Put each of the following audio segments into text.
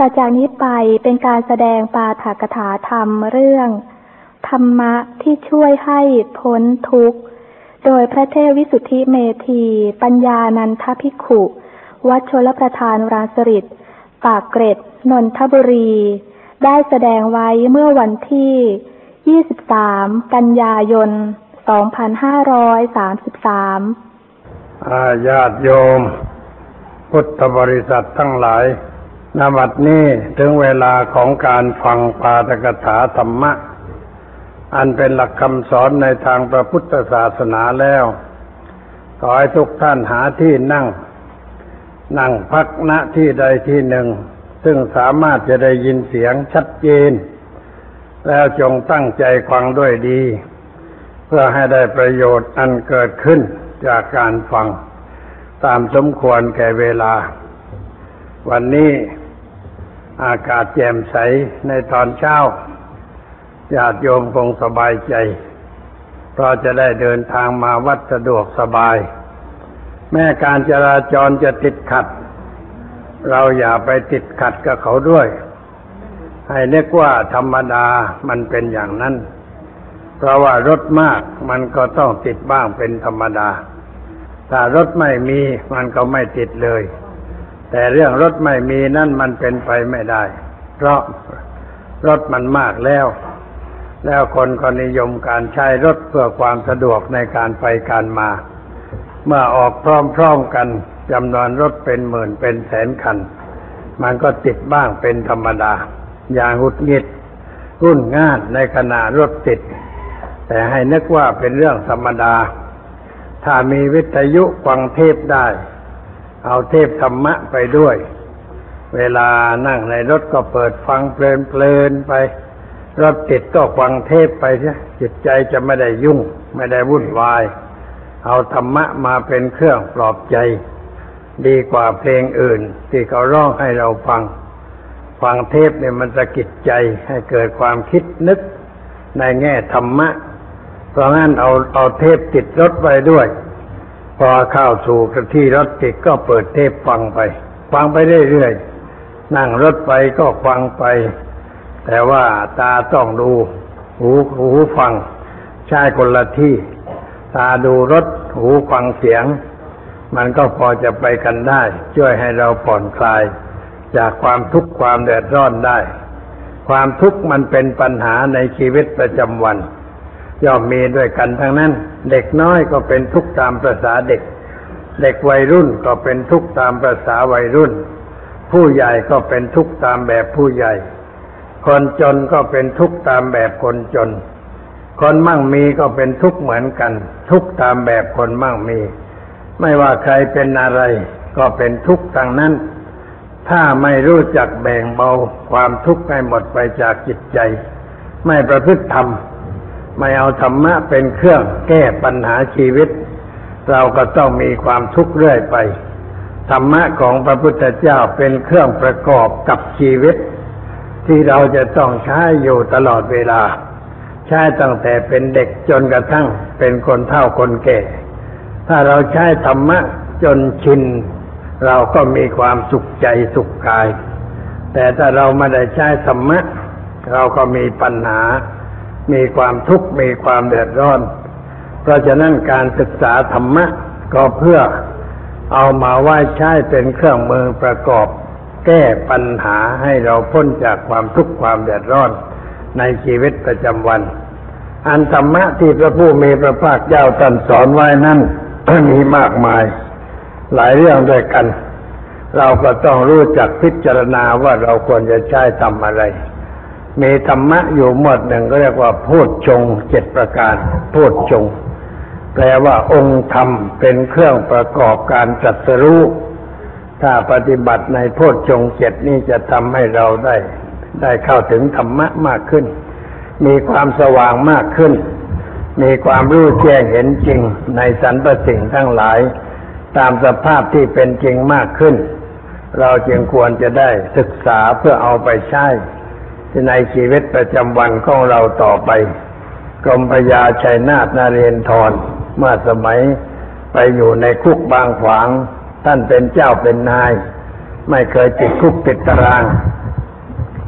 ต่อจากนี้ไปเป็นการแสดงปาฐกถาธรรมเรื่องธรรมะที่ช่วยให้พ้นทุกข์โดยพระเทพวิสุทธิเมธีปัญญานันทภิกขุวัดชลประทานราชฤทธิ์ปากเกร็ดนนทบุรีได้แสดงไว้เมื่อวันที่23กันยายน2533 ญาติโยมพุทธบริษัททั้งหลายณ บัดนี้ถึงเวลาของการฟังปาฐกถาธรรมะอันเป็นหลักคำสอนในทางพระพุทธศาสนาแล้วขอให้ทุกท่านหาที่นั่งพักณที่ใดที่หนึ่งซึ่งสามารถจะได้ยินเสียงชัดเจนแล้วจงตั้งใจฟังด้วยดีเพื่อให้ได้ประโยชน์อันเกิดขึ้นจากการฟังตามสมควรแก่เวลาวันนี้อากาศแจ่มใสในตอนเช้าญาติโยมคงสบายใจเพราะจะได้เดินทางมาวัดสะดวกสบายแม้การจราจรจะติดขัดเราอย่าไปติดขัดกับเขาด้วยให้นึกว่าธรรมดามันเป็นอย่างนั้นเพราะว่ารถมากมันก็ต้องติดบ้างเป็นธรรมดาถ้ารถไม่มีมันก็ไม่ติดเลยแต่เรื่องรถไม่มีนั่นมันเป็นไปไม่ได้เพราะรถมันมากแล้วคนก็นิยมการใช้รถเพื่อความสะดวกในการไปการมาเมื่อออกพร้อมๆกันจำนวนรถเป็นหมื่นเป็นแสนคันมันก็ติดบ้างเป็นธรรมดาอย่างหงุดหงิดรุ่นง่านในขณะรถติดแต่ให้นึกว่าเป็นเรื่องธรรมดาถ้ามีวิทยุฟังเทปได้เอาเทปธรรมะไปด้วยเวลานั่งในรถก็เปิดฟังเพลินๆไปรถติดก็ฟังเทปไปเสียจิตใจจะไม่ได้ยุ่งไม่ได้วุ่นวายเอาธรรมะมาเป็นเครื่องปลอบใจดีกว่าเพลงอื่นที่เขาร้องให้เราฟังเทปเนี่ยมันสะกิดใจให้เกิดความคิดนึกในแง่ธรรมะเพราะงั้นเอาเทปติดรถไปด้วยพอเข้าสู่ที่รถติดก็เปิดเทปฟังไปเรื่อยๆนั่งรถไปก็ฟังไปแต่ว่าตาต้องดูหูฟังใช้คนละที่ตาดูรถหูฟังเสียงมันก็พอจะไปกันได้ช่วยให้เราผ่อนคลายจากความทุกข์ความเดือดร้อนได้ความทุกข์มันเป็นปัญหาในชีวิตประจำวันย่อมมีด้วยกันทั้งนั้นเด็กน้อยก็เป็นทุกข์ตามประสาเด็กวัยรุ่นก็เป็นทุกข์ตามประสาวัยรุ่นผู้ใหญ่ก็เป็นทุกข์ตามแบบผู้ใหญ่คนจนก็เป็นทุกข์ตามแบบคนจนคนมั่งมีก็เป็นทุกข์เหมือนกันทุกข์ตามแบบคนมั่งมีไม่ว่าใครเป็นอะไรก็เป็นทุกข์ทั้งนั้นถ้าไม่รู้จักแบ่งเบาความทุกข์ให้หมดไปจากจิตใจไม่ประพฤติธรรมไม่เอาธรรมะเป็นเครื่องแก้ปัญหาชีวิตเราก็ต้องมีความทุกข์เรื่อยไปธรรมะของพระพุทธเจ้าเป็นเครื่องประกอบกับชีวิตที่เราจะต้องใช้อยู่ตลอดเวลาใช้ตั้งแต่เป็นเด็กจนกระทั่งเป็นคนเฒ่าคนแก่ถ้าเราใช้ธรรมะจนชินเราก็มีความสุขใจสุขกายแต่ถ้าเราไม่ได้ใช้ธรรมะเราก็มีปัญหามีความทุกข์มีความเดือดร้อนเพราะฉะนั้นการศึกษาธรรมะก็เพื่อเอามาไว้ใช้เป็นเครื่องมือประกอบแก้ปัญหาให้เราพ้นจากความทุกข์ความเดือดร้อนในชีวิตประจำวันอันธรรมะที่พระผู้มีพระภาคเจ้าตรัสสอนไว้นั้นมีมากมายหลายเรื่องด้วยกันเราก็ต้องรู้จักพิจารณาว่าเราควรจะใช้ทำอะไรมีธรรมะอยู่หมวดหนึ่งก็เรียกว่าโพชฌงค์7ประการโพชฌงค์แปลว่าองค์ธรรมเป็นเครื่องประกอบการตรัสรู้ถ้าปฏิบัติในโพชฌงค์7นี้จะทำให้เราได้เข้าถึงธรรมะมากขึ้นมีความสว่างมากขึ้นมีความรู้แจ้งเห็นจริงในสรรพสิ่งทั้งหลายตามสภาพที่เป็นจริงมากขึ้นเราจึงควรจะได้ศึกษาเพื่อเอาไปใช้ในชีวิตประจำวันของเราต่อไปกรมพระยาชัยนาทนเรศธรเมื่อสมัยไปอยู่ในคุกบางขวางท่านเป็นเจ้าเป็นนายไม่เคยติดคุกติดตาราง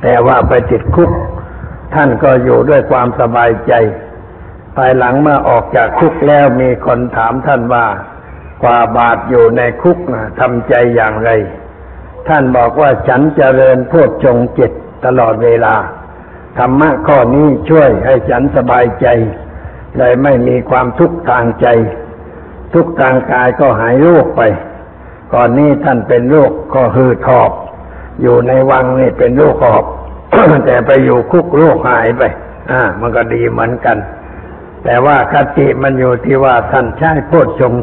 แต่ว่าไปติดคุกท่านก็อยู่ด้วยความสบายใจภายหลังเมื่อออกจากคุกแล้วมีคนถามท่านว่ากว่าบาทอยู่ในคุกนะทำใจอย่างไรท่านบอกว่าฉันเจริญโพชฌงค์ 7ตลอดเวลาธรรมะข้อนี้ช่วยให้ฉันสบายใจเลยไม่มีความทุกข์ทางใจทุกข์ทางกายก็หายโรคไปก่อนนี้ท่านเป็นโรคก็หืดหอบอยู่ในวังนี่เป็นโรคหอบ แต่ไปอยู่คุกโรคหายไปมันก็ดีเหมือนกันแต่ว่าคติมันอยู่ที่ว่าท่านใช้โพชฌงค์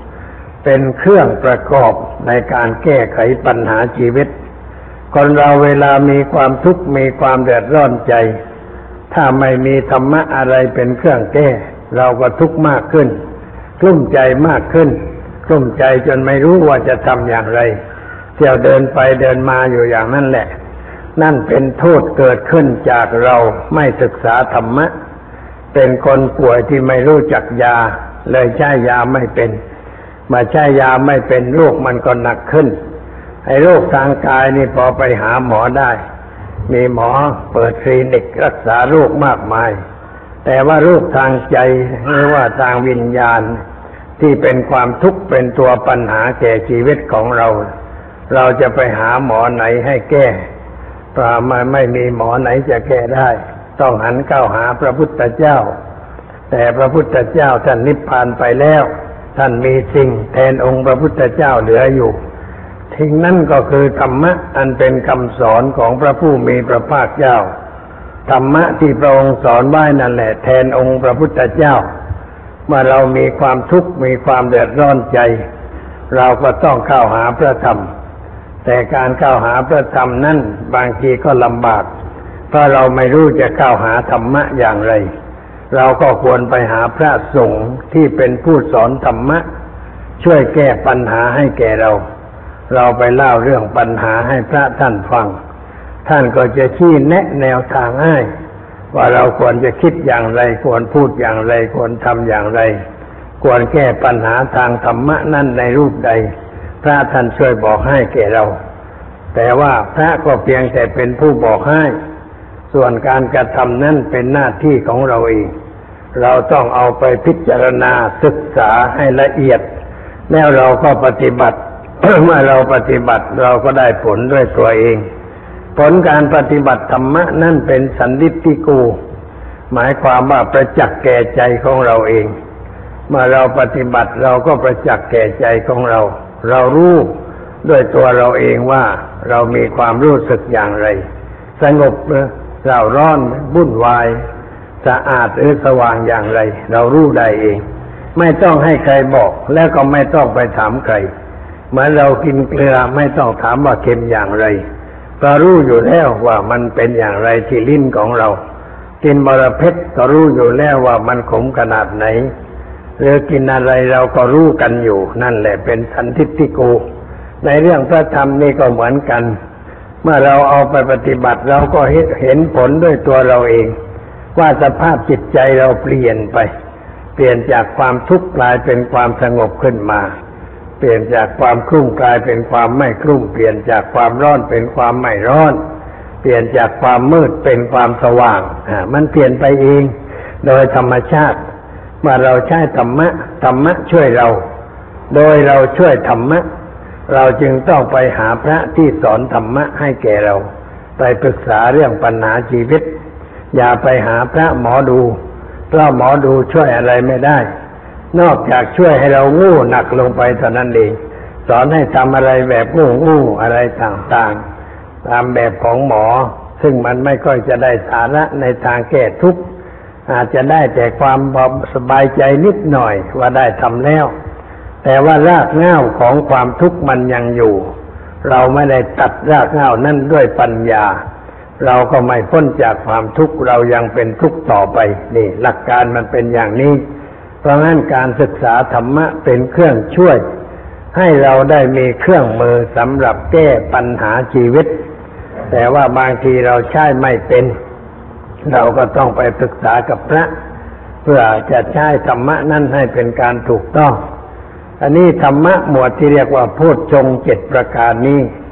7เป็นเครื่องประกอบในการแก้ไขปัญหาชีวิตคนเราเวลามีความทุกข์มีความเดือดร้อนใจถ้าไม่มีธรรมะอะไรเป็นเครื่องแก้เราก็ทุกข์มากขึ้นกลุ้มใจมากขึ้นกลุ้มใจจนไม่รู้ว่าจะทำอย่างไรเที่ยวเดินไปเดินมาอยู่อย่างนั้นแหละนั่นเป็นโทษเกิดขึ้นจากเราไม่ศึกษาธรรมะเป็นคนป่วยที่ไม่รู้จักยาเลยใช้ยาไม่เป็นมาใช้ยาไม่เป็นโรคมันก็หนักขึ้นไอ้โรคทางกายนี่พอไปหาหมอได้มีหมอเปิดคลินิกรักษาโรคมากมายแต่ว่าโรคทางใจหรือว่าทางวิญญาณที่เป็นความทุกข์เป็นตัวปัญหาแก่ชีวิตของเราเราจะไปหาหมอไหนให้แก้เพราะไม่มีหมอไหนจะแก้ได้ต้องหันเข้าหาพระพุทธเจ้าแต่พระพุทธเจ้าท่านนิพพานไปแล้วท่านมีสิ่งแทนองค์พระพุทธเจ้าเหลืออยู่สิ่งนั้นก็คือธรรมะอันเป็นคำสอนของพระผู้มีพระภาคเจ้าธรรมะที่พระองค์สอนไว้นั่นแหละแทนองค์พระพุทธเจ้าเมื่อเรามีความทุกข์มีความเดือดร้อนใจเราก็ต้องเข้าหาพระธรรมแต่การเข้าหาพระธรรมนั้นบางทีก็ลำบากเพราะเราไม่รู้จะเข้าหาธรรมะอย่างไรเราก็ควรไปหาพระสงฆ์ที่เป็นผู้สอนธรรมะช่วยแก้ปัญหาให้แก่เราไปเล่าเรื่องปัญหาให้พระท่านฟังท่านก็จะชี้แนะแนวทางให้ว่าเราควรจะคิดอย่างไรควรพูดอย่างไรควรทำอย่างไรควรแก้ปัญหาทางธรรมะนั้นในรูปใดพระท่านช่วยบอกให้แก่เราแต่ว่าพระก็เพียงแต่เป็นผู้บอกให้ส่วนการกระทำนั้นเป็นหน้าที่ของเราเองเราต้องเอาไปพิจารณาศึกษาให้ละเอียดแล้วเราก็ปฏิบัติ เมื่อเราปฏิบัติเราก็ได้ผลด้วยตัวเองผลการปฏิบัติธรรมะนั่นเป็นสันนิฏฐิโกหมายความว่าประจักษ์แก่ใจของเราเองเมื่อเราปฏิบัติเราก็ประจักษ์แก่ใจของเรารู้ด้วยตัวเราเองว่าเรามีความรู้สึกอย่างไรสงบหรือเร่าร้อนวุ่นวายสะอาดหรือสว่างอย่างไรเรารู้ได้เองไม่ต้องให้ใครบอกแล้วก็ไม่ต้องไปถามใครเหมือนเรากินเกลือไม่ต้องถามว่าเค็มอย่างไรก็รู้อยู่แล้วว่ามันเป็นอย่างไรที่ลิ้นของเรากินบรเพชรก็รู้อยู่แล้วว่ามันขมขนาดไหนหรือกินอะไรเราก็รู้กันอยู่นั่นแหละเป็นสันทิฏฐิโกในเรื่องพระธรรมนี่ก็เหมือนกันเมื่อเราเอาไปปฏิบัติเราก็เห็นผลด้วยตัวเราเองว่าสภาพจิตใจเราเปลี่ยนไปเปลี่ยนจากความทุกข์กลายเป็นความสงบขึ้นมาเปลี่ยนจากความครุ่มกลายเป็นความไม่ครุ่มเปลี่ยนจากความร้อนเป็นความไม่ร้อนเปลี่ยนจากความมืดเป็นความสว่างมันเปลี่ยนไปเองโดยธรรมชาติเมื่อเราใช้ธรรมะช่วยเราโดยเราช่วยธรรมะเราจึงต้องไปหาพระที่สอนธรรมะให้แก่เราไปปรึกษาเรื่องปัญหาชีวิตอย่าไปหาพระหมอดูเพราะหมอดูช่วยอะไรไม่ได้นอกจากช่วยให้เราโง่หนักลงไปเท่านั้นเองสอนให้ทำอะไรแบบโง่อะไรต่างๆตามแบบของหมอซึ่งมันไม่ค่อยจะได้สาระในทางแก้ทุกข์อาจจะได้แต่ความสบายใจนิดหน่อยว่าได้ทำแล้วแต่ว่ารากเหง้าของความทุกข์มันยังอยู่เราไม่ได้ตัดรากเหง้านั้นด้วยปัญญาเราก็ไม่พ้นจากความทุกข์เรายังเป็นทุกข์ต่อไปนี่หลักการมันเป็นอย่างนี้เพราะงั้นการศึกษาธรรมะเป็นเครื่องช่วยให้เราได้มีเครื่องมือสำหรับแก้ปัญหาชีวิตแต่ว่าบางทีเราใช้ไม่เป็นเราก็ต้องไปปรึกษากับพระเพื่อจะใช้ธรรมะนั้นให้เป็นการถูกต้องอันนี้ธรรมะหมวดที่เรียกว่าโพชฌงค์ 7ประการนี้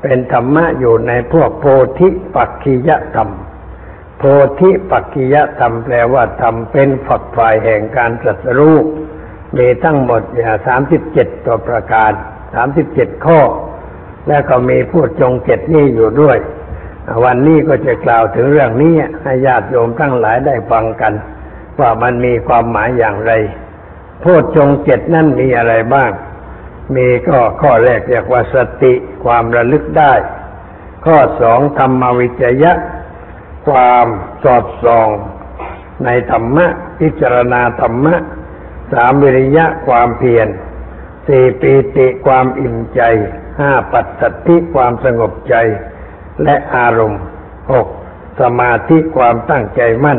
เป็นธรรมะอยู่ในพวกโพธิปักขิยธรรมโพธิปักขิยธรรมแปลว่าธรรมเป็นฝักฝ่ายแห่งการตรัสรู้มีทั้งหมด37ตัวประการ37ข้อแล้วก็มีพูดจง7นี้อยู่ด้วยวันนี้ก็จะกล่าวถึงเรื่องนี้ให้ญาติโยมทั้งหลายได้ฟังกันว่ามันมีความหมายอย่างไรพูดจง7นั่นมีอะไรบ้างมีก็ข้อแรกเรียกว่าสติความระลึกได้ข้อ2ธรรมวิจยะความสอดส่องในธรรมะพิจารณาธรรมะ3วิริยะความเพียร4ปีติความอิ่มใจ5ปัสสัทธิความสงบใจและอารมณ์6สมาธิความตั้งใจมั่น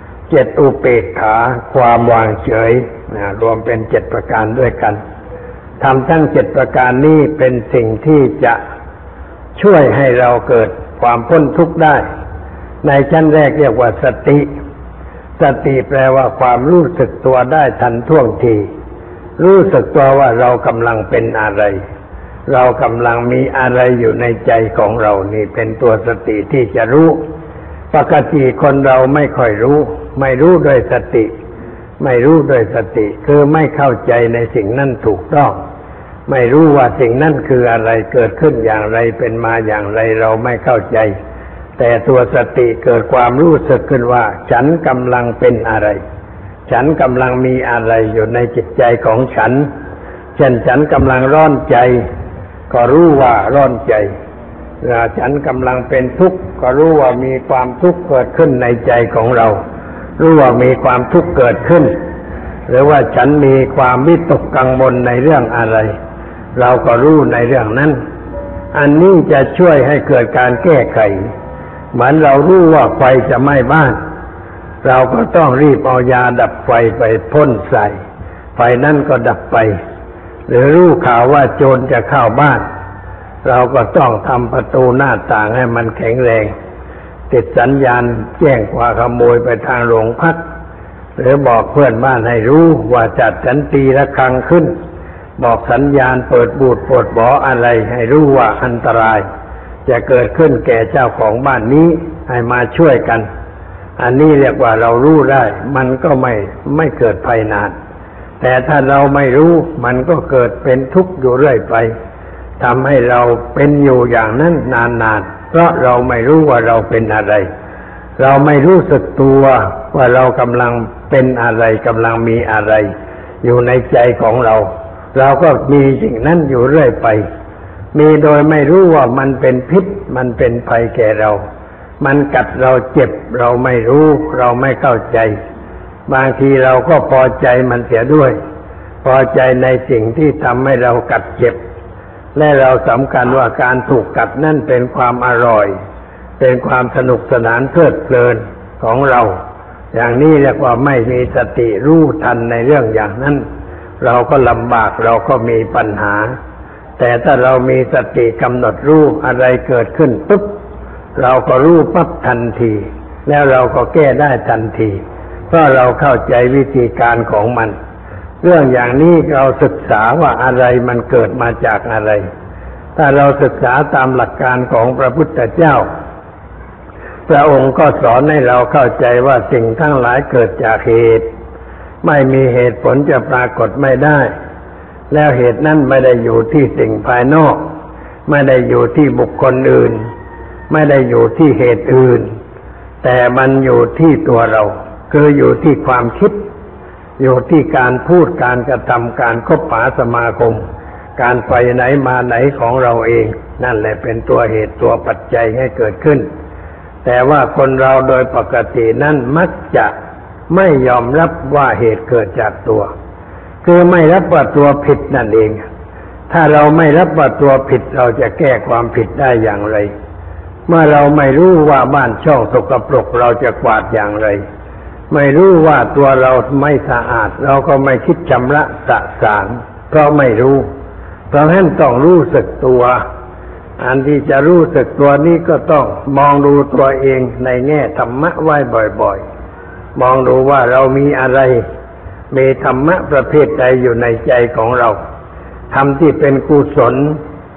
7อุเบกขาความวางเฉยรวมเป็น7ประการด้วยกันทำทั้ง7ประการนี้เป็นสิ่งที่จะช่วยให้เราเกิดความพ้นทุกข์ได้ในชั้นแรกเรียกว่าสติสติแปลว่าความรู้สึกตัวได้ทันท่วงทีรู้สึกตัวว่าเรากำลังเป็นอะไรเรากำลังมีอะไรอยู่ในใจของเรานี่เป็นตัวสติที่จะรู้ปกติคนเราไม่ค่อยรู้ไม่รู้ด้วยสติไม่รู้ด้วยสติคือไม่เข้าใจในสิ่งนั้นถูกต้องไม่รู้ว่าสิ่งนั้นคืออะไรเกิดขึ้นอย่างไรเป็นมาอย่างไรเราไม่เข้าใจแต่ตัวสติเกิดความรู้สึกขึ้นว่าฉันกำลังเป็นอะไรฉันกำลังมีอะไรอยู่ในจิตใจของฉันเช่นฉันกำลังร้อนใจก็รู้ว่าร้อนใจฉันกำลังเป็นทุกข์ก็รู้ว่ามีความทุกข์เกิดขึ้นในใจของเรารู้ว่ามีความทุกข์เกิดขึ้นหรือว่าฉันมีความวิตกกังวลในเรื่องอะไรเราก็รู้ในเรื่องนั้นอันนี้จะช่วยให้เกิดการแก้ไขเหมือนเรารู้ว่าไฟจะไหม้บ้านเราก็ต้องรีบเอายาดับไฟไปพ่นใส่ไฟนั้นก็ดับไปหรือรู้ข่าวว่าโจรจะเข้าบ้านเราก็ต้องทำประตูหน้าต่างให้มันแข็งแรงติดสัญญาณแจ้งว่าขโมยไปทางโรงพักหรือบอกเพื่อนบ้านให้รู้ว่าจัดสันตีระฆังขึ้นบอกสัญญาณเปิดบูดเปิดบ่ออะไรให้รู้ว่าอันตรายจะเกิดขึ้นแก่เจ้าของบ้านนี้ให้มาช่วยกันอันนี้เรียกว่าเรารู้ได้มันก็ไม่เกิดภัยนานแต่ถ้าเราไม่รู้มันก็เกิดเป็นทุกข์อยู่เรื่อยไปทำให้เราเป็นอยู่อย่างนั้นนานๆเพราะเราไม่รู้ว่าเราเป็นอะไรเราไม่รู้สึกตัวว่าเรากำลังเป็นอะไรกำลังมีอะไรอยู่ในใจของเราเราก็มีสิ่งนั้นอยู่เรื่อยไปมีโดยไม่รู้ว่ามันเป็นพิษมันเป็นภัยแก่เรามันกัดเราเจ็บเราไม่รู้เราไม่เข้าใจบางทีเราก็พอใจมันเสียด้วยพอใจในสิ่งที่ทำให้เรากัดเจ็บและเราสำคัญว่าการถูกกัดนั่นเป็นความอร่อยเป็นความสนุกสนานเพลิดเพลินของเราอย่างนี้เรียกว่าไม่มีสติรู้ทันในเรื่องอย่างนั้นเราก็ลำบากเราก็มีปัญหาแต่ถ้าเรามีสติกำหนดรู้อะไรเกิดขึ้นปุ๊บเราก็รู้ปั๊บทันทีแล้วเราก็แก้ได้ทันทีเพราะเราเข้าใจวิธีการของมันเรื่องอย่างนี้เราศึกษาว่าอะไรมันเกิดมาจากอะไรถ้าเราศึกษาตามหลักการของพระพุทธเจ้าพระองค์ก็สอนให้เราเข้าใจว่าสิ่งทั้งหลายเกิดจากเหตุไม่มีเหตุผลจะปรากฏไม่ได้แล้วเหตุนั้นไม่ได้อยู่ที่สิ่งภายนอกไม่ได้อยู่ที่บุคคลอื่นไม่ได้อยู่ที่เหตุอื่นแต่มันอยู่ที่ตัวเราคืออยู่ที่ความคิดอยู่ที่การพูดการกระทำการคบหาสมาคมการไปไหนมาไหนของเราเองนั่นแหละเป็นตัวเหตุตัวปัจจัยให้เกิดขึ้นแต่ว่าคนเราโดยปกตินั้นมักจะไม่ยอมรับว่าเหตุเกิดจากตัวคือไม่รับว่าตัวผิดนั่นเองถ้าเราไม่รับว่าตัวผิดเราจะแก้ความผิดได้อย่างไรเมื่อเราไม่รู้ว่าบ้านช่องสกปรกเราจะกวาดอย่างไรไม่รู้ว่าตัวเราไม่สะอาดเราก็ไม่คิดชำระสะสางเพราะไม่รู้เพราะฉะนั้นต้องรู้สึกตัวอันที่จะรู้สึกตัวนี้ก็ต้องมองดูตัวเองในแง่ธรรมะไว้บ่อยๆมองดูว่าเรามีอะไรมีธรรมะประเภทใดอยู่ในใจของเราธรรมที่เป็นกุศล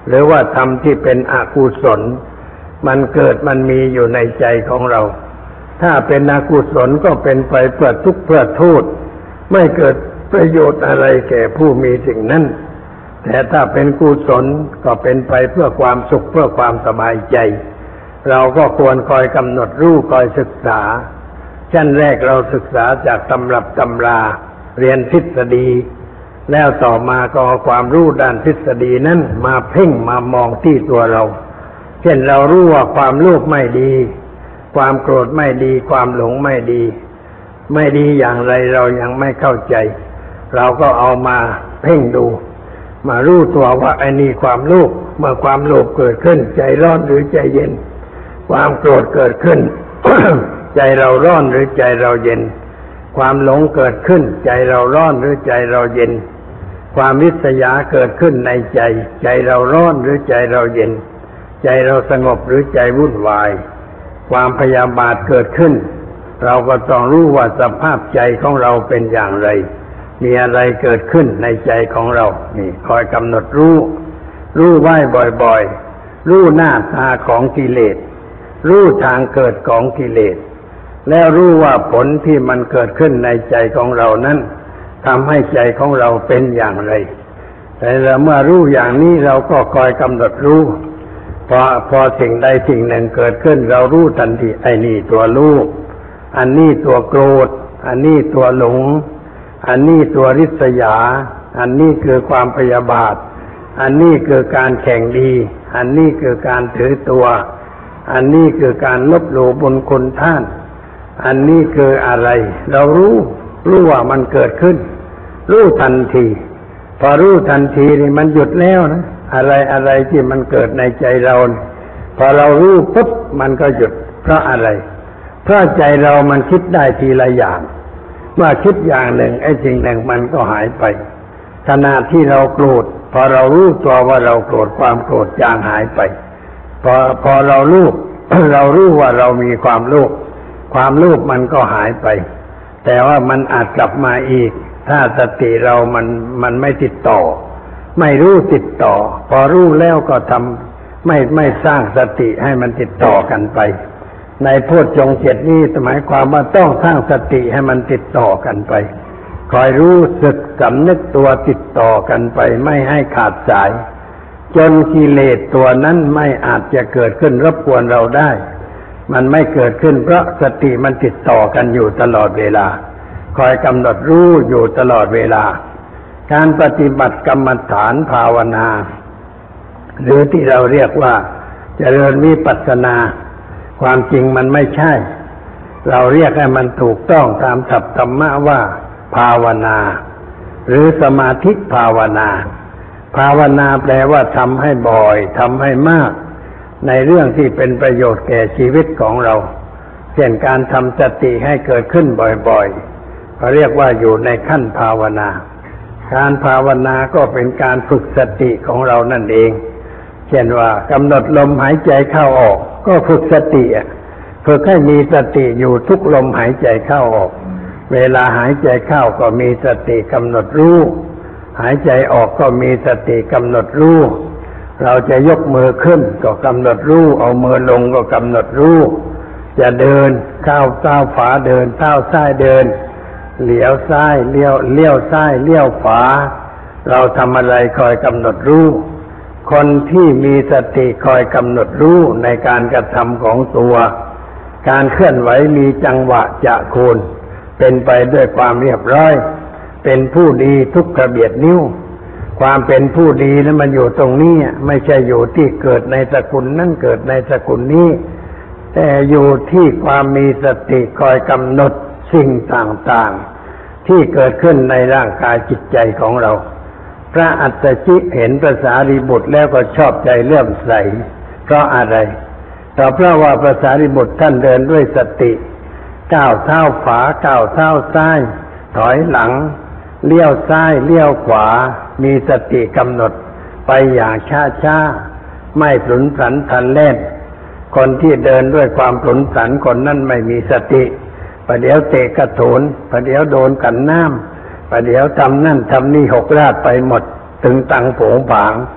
หรือว่าธรรมที่เป็นอกุศลมันเกิดมันมีอยู่ในใจของเราถ้าเป็นอกุศลก็เป็นไปเพื่อทุกข์เพื่อโทษไม่เกิดประโยชน์อะไรแก่ผู้มีสิ่งนั้นแต่ถ้าเป็นกุศลก็เป็นไปเพื่อความสุขเพื่อความสบายใจเราก็ควรคอยกำหนดรู้คอยศึกษาชั้นแรกเราศึกษาจากตำรับตำราเรียนทฤษฎีแล้วต่อมาก็เอาความรู้ด้านทฤษฎีนั้นมาเพ่งมามองที่ตัวเราเช่นเรารู้ว่าความโลภไม่ดีความโกรธไม่ดีความหลงไม่ดีไม่ดีอย่างไรเรายังไม่เข้าใจเราก็เอามาเพ่งดูมารู้ตัวว่าไอ้นี่ความโลภเมื่อความโลภเกิดขึ้นใจร้อนหรือใจเย็นความโกรธเกิดขึ้น ใจเราร้อนหรือใจเราเย็นความหลงเกิดขึ้นใจเราร้อนหรือใจเราเย็นความวิษยาเกิดขึ้นในใจใจเราร้อนหรือใจเราเย็นใจเราสงบหรือใจวุ่นวายความพยาบาทเกิดขึ้นเราก็ต้องรู้ว่าสภาพใจของเราเป็นอย่างไรมีอะไรเกิดขึ้นในใจของเรานี่คอยกำหนดรู้ไว้บ่อยๆรู้หน้าตาของกิเลสรู้ทางเกิดของกิเลสแล้วรู้ว่าผลที่มันเกิดขึ้นในใจของเรานั้นทำให้ใจของเราเป็นอย่างไรแต่เมื่อรู้อย่างนี้เราก็คอยกำหนดรู้พอสิ่งใดสิ่งหนึ่งเกิดขึ้นเรารู้ทันทีไอ้นี่ตัวรู้อันนี้ตัวโกรธอันนี้ตัวหลงอันนี้ตัวริษยาอันนี้คือความพยาบาทอันนี้คือการแข่งดีอันนี้คือการถือตัวอันนี้คือการลบหลู่บุญคุณท่านอันนี้คืออะไรเรารู้ว่ามันเกิดขึ้นรู้ทันทีพอรู้ทันทีนี่มันหยุดแล้วนะอะไรที่มันเกิดในใจเราพอเรารู้ปุ๊บมันก็หยุดเพราะอะไรเพราะใจเรามันคิดได้ทีละอย่างเมื่อคิดอย่างหนึ่งไอ้สิ่งหนึ่งมันก็หายไปขณะที่เราโกรธพอเรารู้ตัวว่าเราโกรธความโกรธจางหายไปพอเรารู้ เรารู้ว่าเรามีความโลภความโลภมันก็หายไปแต่ว่ามันอาจกลับมาอีกถ้าสติเรามันไม่ติดต่อไม่รู้ติดต่อพอรู้แล้วก็ทำไม่สร้างสติให้มันติดต่อกันไปในโพชฌงค์ 7นี้หมายความว่าต้องสร้างสติให้มันติดต่อกันไปคอยรู้สึกสำนึกตัวติดต่อกันไปไม่ให้ขาดสายจนกิเลสตัวนั้นไม่อาจจะเกิดขึ้นรบกวนเราได้มันไม่เกิดขึ้นเพราะสติมันติดต่อกันอยู่ตลอดเวลาคอยกำหนดรู้อยู่ตลอดเวลาการปฏิบัติกรรมฐานภาวนาหรือที่เราเรียกว่าเจริญวิปัสสนาความจริงมันไม่ใช่เราเรียกให้มันถูกต้องตามศัพท์ธรรมะว่าภาวนาหรือสมาธิภาวนาภาวนาแปลว่าทำให้บ่อยทำให้มากในเรื่องที่เป็นประโยชน์แก่ชีวิตของเราเช่นการทำสติให้เกิดขึ้นบ่อยๆเขาเรียกว่าอยู่ในขั้นภาวนาการภาวนาก็เป็นการฝึกสติของเรานั่นเองเช่นว่ากำหนดลมหายใจเข้าออกก็ฝึกสติฝึกให้มีสติอยู่ทุกลมหายใจเข้าออกเวลาหายใจเข้าก็มีสติกำหนดรู้หายใจออกก็มีสติกำหนดรู้เราจะยกมือขึ้นก็กำหนดรู้เอามือลงก็กำหนดรู้จะเดินก้าวขวาเดินก้าวซ้ายเดินเหลียวซ้ายเลี้ยวซ้ายเลี้ยวขวาเราทำอะไรคอยกำหนดรู้คนที่มีสติคอยกำหนดรู้ในการกระทำของตัวการเคลื่อนไหวมีจังหวะจะโคนเป็นไปด้วยความเรียบร้อยเป็นผู้ดีทุกกระเบียดนิ้วความเป็นผู้ดีนั้นมันอยู่ตรงนี้ไม่ใช่อยู่ที่เกิดในสกุลนั้นเกิดในสกุลนี้แต่อยู่ที่ความมีสติคอยกำหนดสิ่งต่างๆที่เกิดขึ้นในร่างกายจิตใจของเราพระอัสสชิเห็นพระสารีบุตรแล้วก็ชอบใจเลื่อมใสเพราะอะไรเพราะว่าพระสารีบุตรท่านเดินด้วยสติก้าวเท้าขวาก้าวเท้าซ้ายถอยหลังเลี้ยวซ้ายเลี้ยวขวามีสติกำหนดไปอย่างช้าๆไม่พลุนพลันทันเล่นคนที่เดินด้วยความพลุนพลันคนนั้นไม่มีสติประเดี๋ยวเตะกระโถนประเดี๋ยวโดนกันน้ำประเดี๋ยวทำนั่นทำนี่หกราดไปหมดถึงตังโผงผาง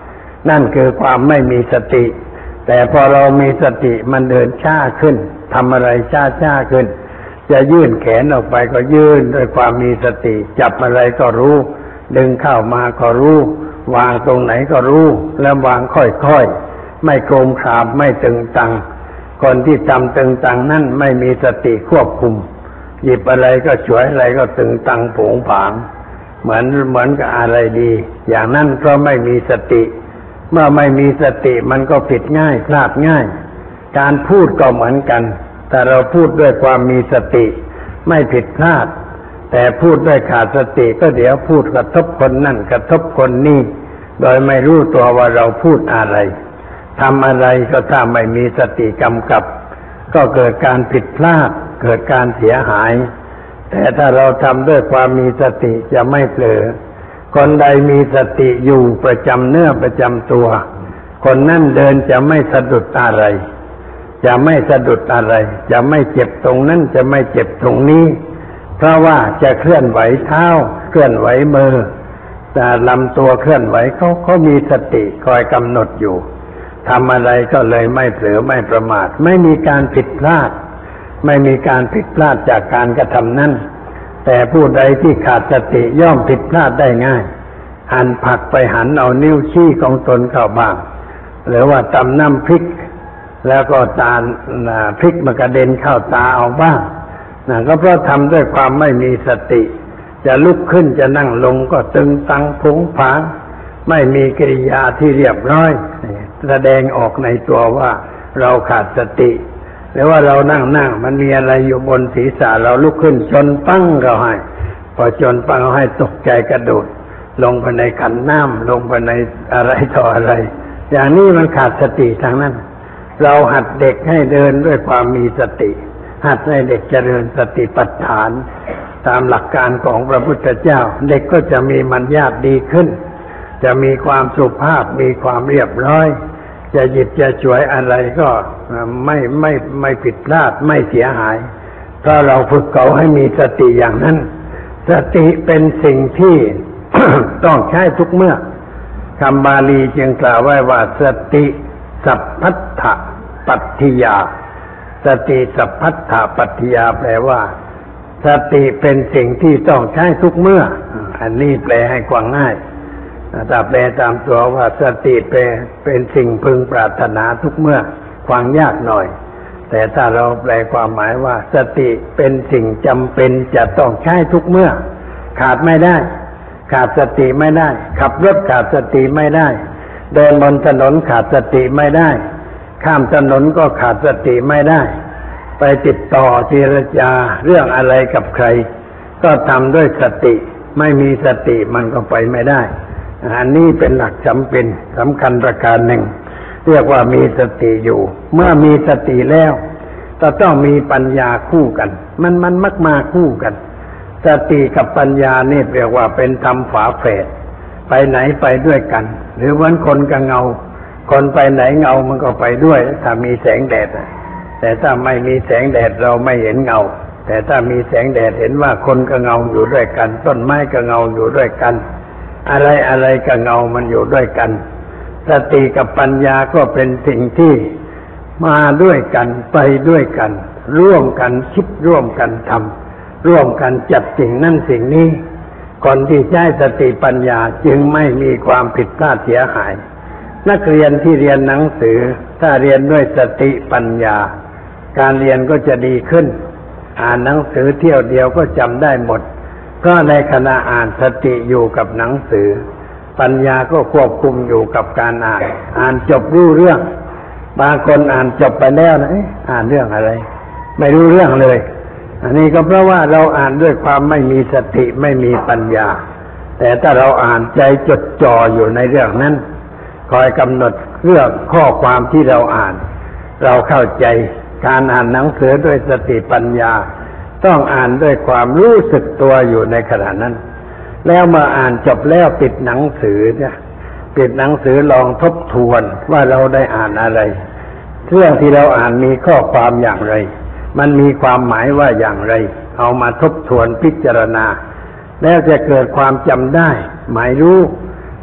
นั่นคือความไม่มีสติ แต่พอเรามีสติมันเดินช้าขึ้นทำอะไรช้าขึ้นจะยื่นแขนออกไปก็ยื่นด้วยความมีสติจับอะไรก็รู้ดึงเข้ามาก็รู้วางตรงไหนก็รู้แล้ววางค่อยๆไม่โกรมครามไม่ตึงตังคนที่ทำตึงตังนั่นไม่มีสติควบคุมหยิบอะไรก็ฉวยอะไรก็ตึงตังโผงผางเหมือนกับอะไรดีอย่างนั้นก็ไม่มีสติเมื่อไม่มีสติมันก็ผิดง่ายพลาดง่ายการพูดก็เหมือนกันแต่เราพูดด้วยความมีสติไม่ผิดพลาดแต่พูดด้วยขาดสติก็เดี๋ยวพูดกระทบคนนั่นกระทบคนนี่โดยไม่รู้ตัวว่าเราพูดอะไรทำอะไรก็ถ้าไม่มีสติกำกับก็เกิดการผิดพลาดเกิดการเสียหายแต่ถ้าเราทำด้วยความมีสติจะไม่เผลอคนใดมีสติอยู่ประจำเนื้อประจำตัวคนนั่นเดินจะไม่สะดุดอะไรจะไม่สะดุดอะไรจะไม่เจ็บตรงนั้นจะไม่เจ็บตรงนี้เพราะว่าจะเคลื่อนไหวเท้าเคลื่อนไหวมือแต่ลำตัวเคลื่อนไหวเขามีสติคอยกำหนดอยู่ทำอะไรก็เลยไม่เผลอไม่ประมาทไม่มีการผิดพลาดไม่มีการผิดพลาดจากการกระทำนั้นแต่ผู้ใดที่ขาดสติย่อมผิดพลาดได้ง่ายหั่นผักไปหันเอานิ้วชี้ของตนเข้าบ้างหรือว่าตำน้ำพริกแล้วก็ตาพริกมันกระเด็นเข้าตาเอาบ้างก็เพราะทำด้วยความไม่มีสติจะลุกขึ้นจะนั่งลงก็ตึงตังผงผางไม่มีกิริยาที่เรียบร้อยแสดงออกในตัวว่าเราขาดสติหรือว่าเรานั่งมันมีอะไรอยู่บนศีรษะเราลุกขึ้นชนปั้งเราให้พอชนปั้งเราให้ตกใจกระโดดลงไปในขันน้ำลงไปในอะไรต่ออะไรอย่างนี้มันขาดสติทางนั้นเราหัดเด็กให้เดินด้วยความมีสติหัดให้เด็กเจริญสติปัฏฐานตามหลักการของพระพุทธเจ้าเด็กก็จะมีมัญญาติดีขึ้นจะมีความสุภาพมีความเรียบร้อยจะหยิบจะฉวยอะไรก็ไม่ผิดพลาดไม่เสียหายเพราะเราฝึกเขาให้มีสติอย่างนั้นสติเป็นสิ่งที่ ต้องใช้ทุกเมื่อคำบาลีจึงกล่าวไว้ว่าสติสัพพัทธปัตถิยาสติสัพพัทธปัตถิยาแปลว่าสติเป็นสิ่งที่ต้องใช้ทุกเมื่ออันนี้แปลให้กว้างง่ายถ้าแปลตามตัวว่าสติเป็นสิ่งพึงปรารถนาทุกเมื่อฟังยากหน่อยแต่ถ้าเราแปลความหมายว่าสติเป็นสิ่งจำเป็นจะต้องใช้ทุกเมื่อขาดไม่ได้ขาดสติไม่ได้ขับรถขาดสติไม่ได้เดินบนถนนขาดสติไม่ได้ข้ามถนนก็ขาดสติไม่ได้ไปติดต่อเจรจาเรื่องอะไรกับใครก็ทำด้วยสติไม่มีสติมันก็ไปไม่ได้อันนี้เป็นหลักจำเป็นสำคัญประการหนึ่งเรียกว่ามีสติอยู่เมื่อมีสติแล้วก็ต้องมีปัญญาคู่กันมันมักมาคู่กันสติกับปัญญานี่เรียกว่าเป็นธรรมฝาแฝดไปไหนไปด้วยกันหรือเหมือนคนกับเงาคนไปไหนเงามันก็ไปด้วยถ้ามีแสงแดดแต่ถ้าไม่มีแสงแดดเราไม่เห็นเงาแต่ถ้ามีแสงแดดเห็นว่าคนกับเงาอยู่ด้วยกันต้นไม้กับเงาอยู่ด้วยกันอะไรกับเงามันอยู่ด้วยกันสติกับปัญญาก็เป็นสิ่งที่มาด้วยกันไปด้วยกันร่วมกันคิดร่วมกันทำร่วมกันจัดสิ่งนั่นสิ่งนี้คนที่ใช้สติปัญญาจึงไม่มีความผิดพลาดเสียหายนักเรียนที่เรียนหนังสือถ้าเรียนด้วยสติปัญญาการเรียนก็จะดีขึ้นอ่านหนังสือเที่ยวเดียวก็จำได้หมดเพราะในขณะอ่านสติอยู่กับหนังสือปัญญาก็ควบคุมอยู่กับการอ่านจบรู้เรื่องบางคนอ่านจบไปแล้วนะอ่านเรื่องอะไรไม่รู้เรื่องเลยอันนี้ก็เพราะว่าเราอ่านด้วยความไม่มีสติไม่มีปัญญาแต่ถ้าเราอ่านใจจดจ่ออยู่ในเรื่องนั้นคอยกำหนดเรื่องข้อความที่เราอ่านเราเข้าใจการอ่านหนังสือด้วยสติปัญญาต้องอ่านด้วยความรู้สึกตัวอยู่ในขณะนั้นแล้วมาอ่านจบแล้วปิดหนังสือเนี่ยปิดหนังสือลองทบทวนว่าเราได้อ่านอะไรเรื่องที่เราอ่านมีข้อความอย่างไรมันมีความหมายว่าอย่างไรเอามาทบทวนพิจารณาแล้วจะเกิดความจำได้หมายรู้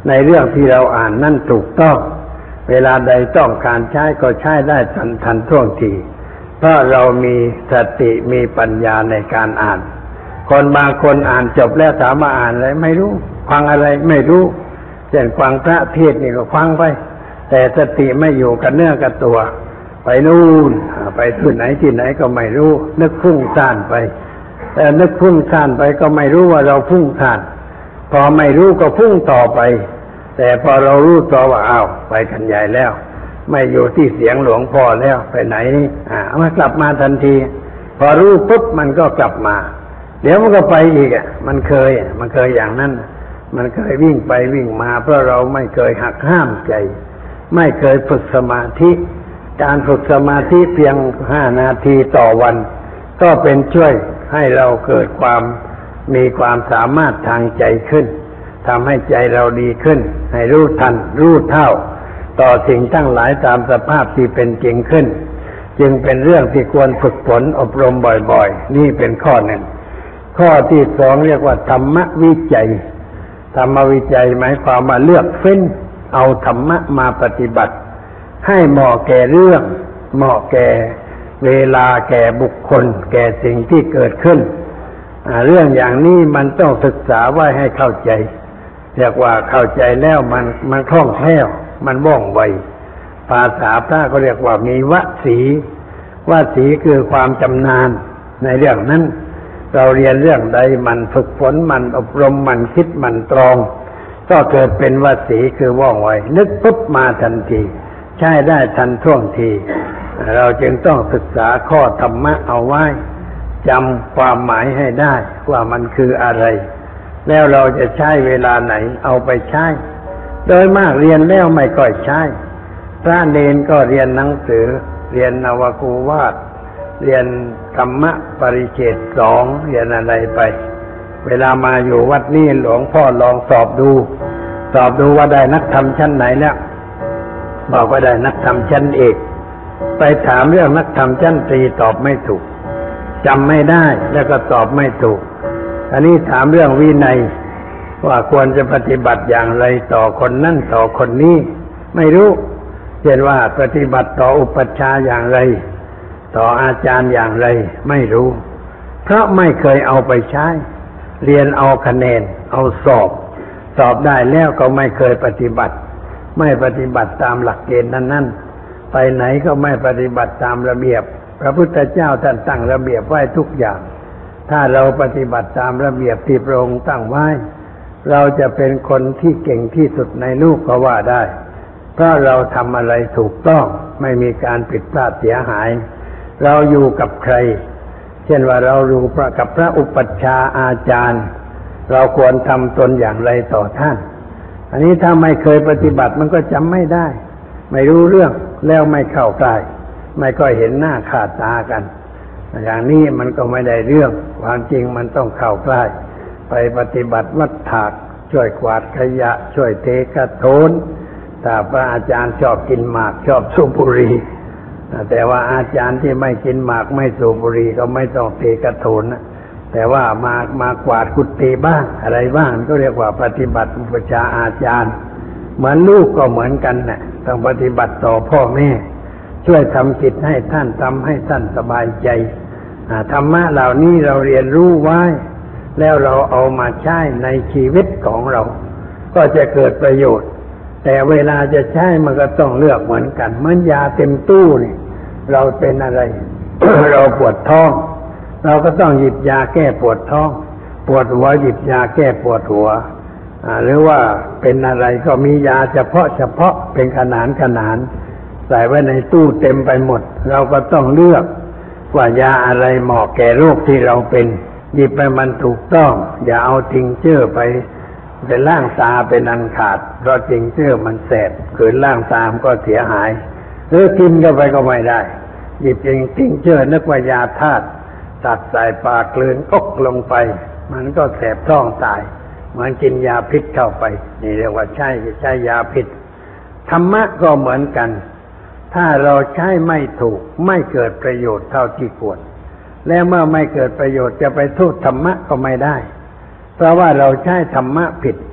ในเรื่องที่เราอ่านนั่นถูกต้องเวลาใดต้องการใช้ก็ใช้ได้ทันท่วงทีเพราะเรามีสติมีปัญญาในการอ่านคนบางคนอ่านจบแล้วถามว่าอ่านอะไรไม่รู้ฟังอะไรไม่รู้เช่นฟังพระเทศน์นี่ก็ฟังไปแต่สติไม่อยู่กับเนื้อกับตัวไปนู่นไปที่ไหนก็ไม่รู้นึกฟุ้งซ่านไปแต่นึกฟุ้งซ่านไปก็ไม่รู้ว่าเราฟุ้งซ่านพอไม่รู้ก็ฟุ้งต่อไปแต่พอเรารู้ตัวว่าอ้าวไปกันใหญ่แล้วไม่อยู่ที่เสียงหลวงพ่อแล้วไปไหนนี่มันกลับมาทันทีพอรู้ปุ๊บมันก็กลับมาเดี๋ยวมันก็ไปอีกมันเคยอย่างนั้นมันเคยวิ่งไปวิ่งมาเพราะเราไม่เคยหักห้ามใจไม่เคยฝึกสมาธิการฝึกสมาธิเพียง5 นาทีต่อวันก็เป็นช่วยให้เราเกิดความมีความสามารถทางใจขึ้นทำให้ใจเราดีขึ้นให้รู้ทันรู้เท่าต่อสิ่งทั้งหลายตามสภาพที่เป็นจริงขึ้นจึงเป็นเรื่องที่ควรฝึกฝนอบรมบ่อยๆนี่เป็นข้อหนึ่งข้อที่สองเรียกว่าธรรมวิจัยธรรมวิจัยหมายความว่าเลือกเฟ้นเอาธรรมะมาปฏิบัติให้เหมาะแก่เรื่องเหมาะแก่เวลาแก่บุคคลแก่สิ่งที่เกิดขึ้นเรื่องอย่างนี้มันต้องศึกษาไว้ให้เข้าใจเรียกว่าเข้าใจแล้วมันคล่องแคล่วมันว่องไวภาษาพระก็เรียกว่ามีวสีคือความชำนาญในเรื่องนั้นเราเรียนเรื่องใดมันฝึกฝนมันอบรมมันคิดมันตรองก็เกิดเป็นวสีคือว่องไวนึกปุ๊บมาทันทีใช้ได้ทันท่วงทีเราจึงต้องศึกษาข้อธรรมะเอาไว้จำความหมายให้ได้ว่ามันคืออะไรแล้วเราจะใช้เวลาไหนเอาไปใช้โดยมากเรียนแล้วไม่ค่อยใช้พระเนนก็เรียนหนังสือเรียนนวโกวาทเรียนธรรมะปริเฉด2เรียนอะไรไปเวลามาอยู่วัดนี้หลวงพ่อลองสอบดูว่าได้นักธรรมชั้นไหนแล้วบอกว่าได้นักธรรมชั้นเอกไปถามเรื่องนักธรรมชั้นตรีตอบไม่ถูกจำไม่ได้แล้วก็ตอบไม่ถูกอันนี้ถามเรื่องวินัยว่าควรจะปฏิบัติอย่างไรต่อคนนั่นต่อคนนี้ไม่รู้เช่นว่าปฏิบัติต่ออุปัชฌาย์อย่างไรต่ออาจารย์อย่างไรไม่รู้เพราะไม่เคยเอาไปใช้เรียนเอาคะแนนเอาสอบได้แล้วก็ไม่เคยปฏิบัติไม่ปฏิบัติตามหลักเกณฑ์นั้นไปไหนก็ไม่ปฏิบัติตามระเบียบพระพุทธเจ้าท่านตั้งระเบียบไว้ทุกอย่างถ้าเราปฏิบัติตามระเบียบที่พระองค์ตั้งไว้เราจะเป็นคนที่เก่งที่สุดในโลกก็ว่าได้เพราะเราทำอะไรถูกต้องไม่มีการผิดพลาดเสียหายเราอยู่กับใครเช่นว่าเราอยู่กับพระอุปัชฌาย์อาจารย์เราควรทำตนอย่างไรต่อท่านอันนี้ถ้าไม่เคยปฏิบัติมันก็จำไม่ได้ไม่รู้เรื่องแล้วไม่เข้าใกล้ไม่ก็เห็นหน้าขาดตากันอย่างนี้มันก็ไม่ได้เรื่องความจริงมันต้องเข้าใกล้ไปปฏิบัติวัดถากช่วยกวาดขยะช่วยเทกระโถนถ้าพระอาจารย์ชอบกินหมากชอบสูบบุหรี่แต่ว่าอาจารย์ที่ไม่กินหมากไม่สูบบุหรี่ก็ไม่ต้องเทกระโถนนะแต่ว่ามากวาดกุฏิบ้างอะไรบ้างก็เรียกว่าปฏิบัติอุปัชฌาย์อาจารย์เหมือนลูกก็เหมือนกันนะต้องปฏิบัติต่อพ่อแม่ช่วยทำจิตให้ท่านทำให้ท่านสบายใจธรรมะเหล่านี้เราเรียนรู้ไว้แล้วเราเอามาใช้ในชีวิตของเราก็จะเกิดประโยชน์แต่เวลาจะใช้มันก็ต้องเลือกเหมือนกันเหมือนยาเต็มตู้นี่เราเป็นอะไร เราปวดท้องเราก็ต้องหยิบยาแก้ปวดท้องปวดหัวหยิบยาแก้ปวดหัวหรือว่าเป็นอะไรก็มียาเฉพาะเป็นขนาดใส่ไว้ในตู้เต็มไปหมดเราก็ต้องเลือกว่ายาอะไรเหมาะแก่โรคที่เราเป็นหยิบไปมันถูกต้องอย่าเอาทิงเจอร์ไปล้างตาเป็นอันขาดเพราะทิงเจอร์มันแสบเกิดล้างตามก็เสียหายหรือกินเข้าไปก็ไม่ได้หยิบทิงเจอร์นึกว่ายาธาตุตัดใส่ปากกลืนลงไปมันก็แสบท้องตายเหมือนกินยาพิษเข้าไปนี่เรียกว่าใช้ยาพิษธรรมะก็เหมือนกันถ้าเราใช้ไม่ถูกไม่เกิดประโยชน์เท่าที่ควรแล้วเมื่อไม่เกิดประโยชน์จะไปโทษธรรมะก็ไม่ได้เพราะว่าเราใช้ธรรมะผิด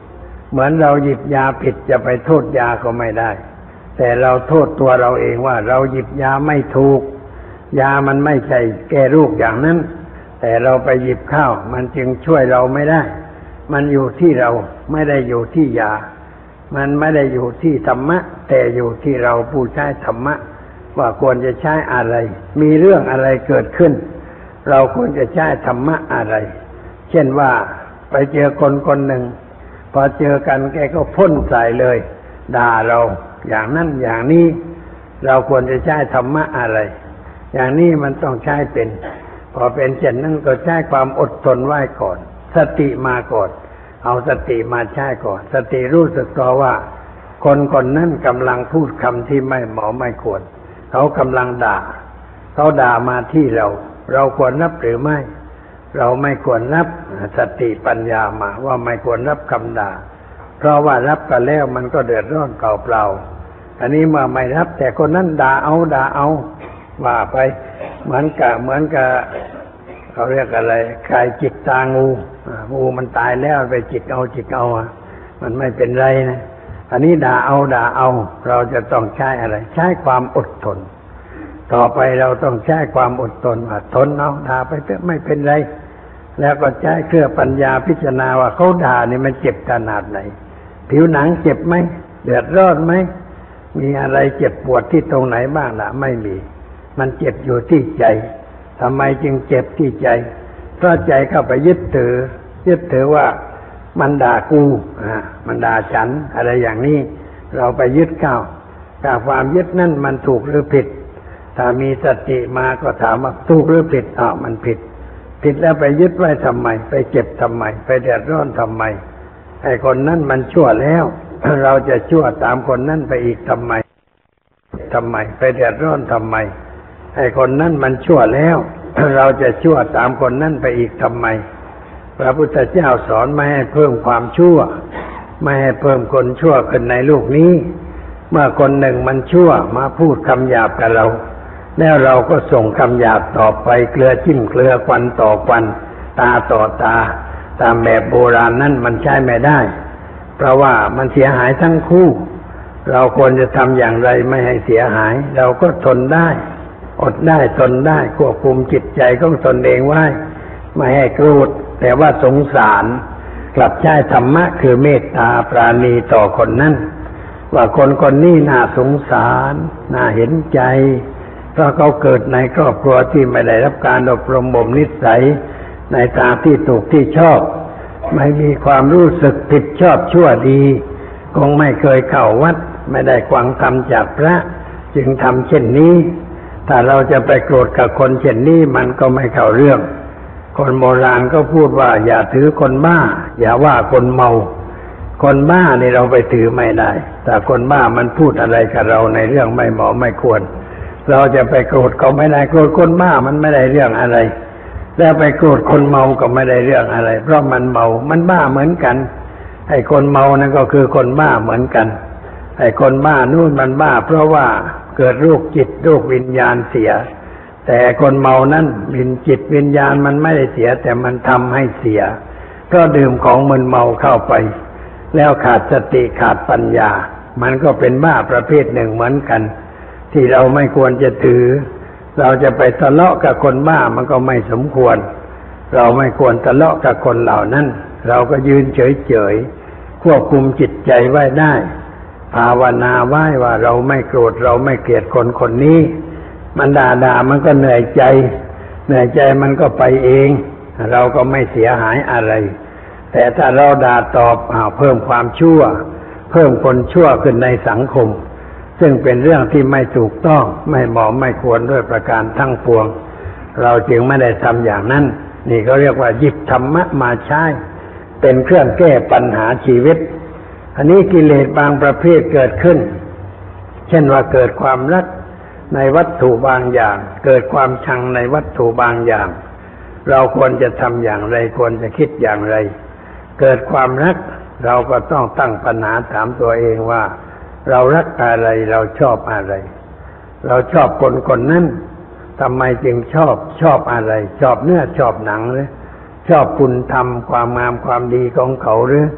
เหมือนเราหยิบยาผิดจะไปโทษยาก็ไม่ได้แต่เราโทษตัวเราเองว่าเราหยิบยาไม่ถูกยามันไม่ใช่แก้โรคอย่างนั้นแต่เราไปหยิบเข้ามันจึงช่วยเราไม่ได้มันอยู่ที่เราไม่ได้อยู่ที่ยามันไม่ได้อยู่ที่ธรรมะแต่อยู่ที่เราผู้ใช้ธรรมะว่าควรจะใช้อะไรมีเรื่องอะไรเกิดขึ้นเราควรจะใช้ธรรมะอะไรเช่นว่าไปเจอคนคนหนึ่งพอเจอกันแกก็พ่นใส่เลยด่าเราอย่างนั้นอย่างนี้เราควรจะใช้ธรรมะอะไรอย่างนี้มันต้องใช้เป็นพอเป็นเช่นนั้นก็ใช้ความอดทนไว้ก่อนสติมาก่อนเอาสติมาใช้ก่อนสติรู้สึกตัวว่าคนคนนั้นกำลังพูดคำที่ไม่เหมาะไม่ควรเขากำลังด่าเขาด่ามาที่เราควรรับหรือไม่เราไม่ควรรับสติปัญญามาว่าไม่ควรรับคำด่าเพราะว่ารับไปแล้วมันก็เดือดร้อนเปล่าๆอันนี้มาไม่รับแต่คนนั้นด่าเอาว่าไปเหมือนกับเขาเรียกอะไรใครจิกตางูมันตายแล้วไปจิกเอามันไม่เป็นไรนะอันนี้ด่าเอาเราจะต้องใช้อะไรใช้ความอดทนต่อไปเราต้องใช้ความอดทนว่าทนเอาด่าไปไม่เป็นไรแล้วก็ใช้เครื่องปัญญาพิจารณาว่าเขาด่านี่มันเจ็บขนาดไหนผิวหนังเจ็บไหมเดือดร้อนไหมมีอะไรเจ็บปวดที่ตรงไหนบ้างล่ะไม่มีมันเจ็บอยู่ที่ใจทำไมจึงเจ็บที่ใจเพราะใจเข้าไปยึดถือว่ามันด่ากูมันด่าฉันอะไรอย่างนี้เราไปยึดเข้าแต่ความยึดนั่นมันถูกหรือผิดถ้ามีสติมาก็ถามว่าถูกหรือผิดมันผิดแล้วไปยึดไว้ทำไมไปเจ็บทำไมไปเดือดร้อนทำไมไอ้คนนั้นมันชั่วแล้ว เราจะชั่วตามคนนั้นไปอีกทำไมไปเดือดร้อนทำไมไอ้คนนั้นมันชั่วแล้ว เราจะชั่วตามคนนั้นไปอีกทำไมพระพุทธเจ้าสอนไม่ให้เพิ่มความชั่วไม่ให้เพิ่มคนชั่วขึ้นในโลกนี้เมื่อคนหนึ่งมันชั่วมาพูดคำหยาบกับเราแล้วเราก็ส่งคำหยาบต่อไปเกลือจิ้มเกลือควันต่อควันตาต่อตาตามแบบโบราณนั่นมันใช้ไม่ได้เพราะว่ามันเสียหายทั้งคู่เราควรจะทำอย่างไรไม่ให้เสียหายเราก็ทนได้อดได้ทนได้ควบคุมจิตใจของตนเองไว้ไม่ให้โกรธแต่ว่าสงสารกลับใช้ธรรมะคือเมตตาปราณีต่อคนนั้นว่าคนนี้น่าสงสารน่าเห็นใจเพราะเขาเกิดในครอบครัวที่ไม่ได้รับการอบรมบ่มนิสัยในทางที่ถูกที่ชอบไม่มีความรู้สึกผิดชอบชั่วดีคงไม่เคยเข้าวัดไม่ได้ฟังธรรมจากพระจึงทำเช่นนี้ถ้าเราจะไปโกรธกับคนเช่นนี้มันก็ไม่เข้าเรื่องคนโบราณก็พูดว่าอย่าถือคนบ้าอย่าว่าคนเมาคนบ้านี่เราไปถือไม่ได้แต่คนบ้ามันพูดอะไรกับเราในเรื่องไม่เหมาะไม่ควรเราจะไปโกรธเขาไม่ได้โกรธคนบ้ามันไม่ได้เรื่องอะไรแล้วไปโกรธคนเมาก็ไม่ได้เรื่องอะไรเพราะมันเมามันบ้าเหมือนกันไอ้คนเมานั่นก็คือคนบ้าเหมือนกันไอ้คนบ้านู่นมันบ้าเพราะว่าเกิดโรคจิตโรควิญญาณเสียแต่คนเมานั้นจิตวิญญาณมันไม่ได้เสียแต่มันทำให้เสียเพราะดื่มของมึนเมาเข้าไปแล้วขาดสติขาดปัญญามันก็เป็นบ้าประเภทหนึ่งเหมือนกันที่เราไม่ควรจะถือเราจะไปทะเลาะกับคนบ้ามันก็ไม่สมควรเราไม่ควรทะเลาะกับคนเหล่านั้นเราก็ยืนเฉยๆควบคุมจิตใจไว้ได้ภาวนาไว้ว่าเราไม่โกรธเราไม่เกลียดคนนี้มันด่ามันก็เหนื่อยใจมันก็ไปเองเราก็ไม่เสียหายอะไรแต่ถ้าเราด่าตอบเพิ่มความชั่วเพิ่มคนชั่วขึ้นในสังคมซึ่งเป็นเรื่องที่ไม่ถูกต้องไม่เหมาะไม่ควรด้วยประการทั้งปวงเราจึงไม่ได้ทำอย่างนั้นนี่เขาเรียกว่าหยิบธรรมะมาใช้เป็นเครื่องแก้ปัญหาชีวิตอันนี้กิเลสบางประเภทเกิดขึ้นเช่นว่าเกิดความรักในวัตถุบางอย่างเกิดความชังในวัตถุบางอย่างเราควรจะทำอย่างไรควรจะคิดอย่างไรเกิดความรักเราก็ต้องตั้งปัญหาถามตัวเองว่าเรารักอะไรเราชอบอะไรเราชอบคนนั้นทำไมจึงชอบอะไรชอบเนื้อชอบหนังหรือชอบคุณธรรมความงามความดีของเขาหรือ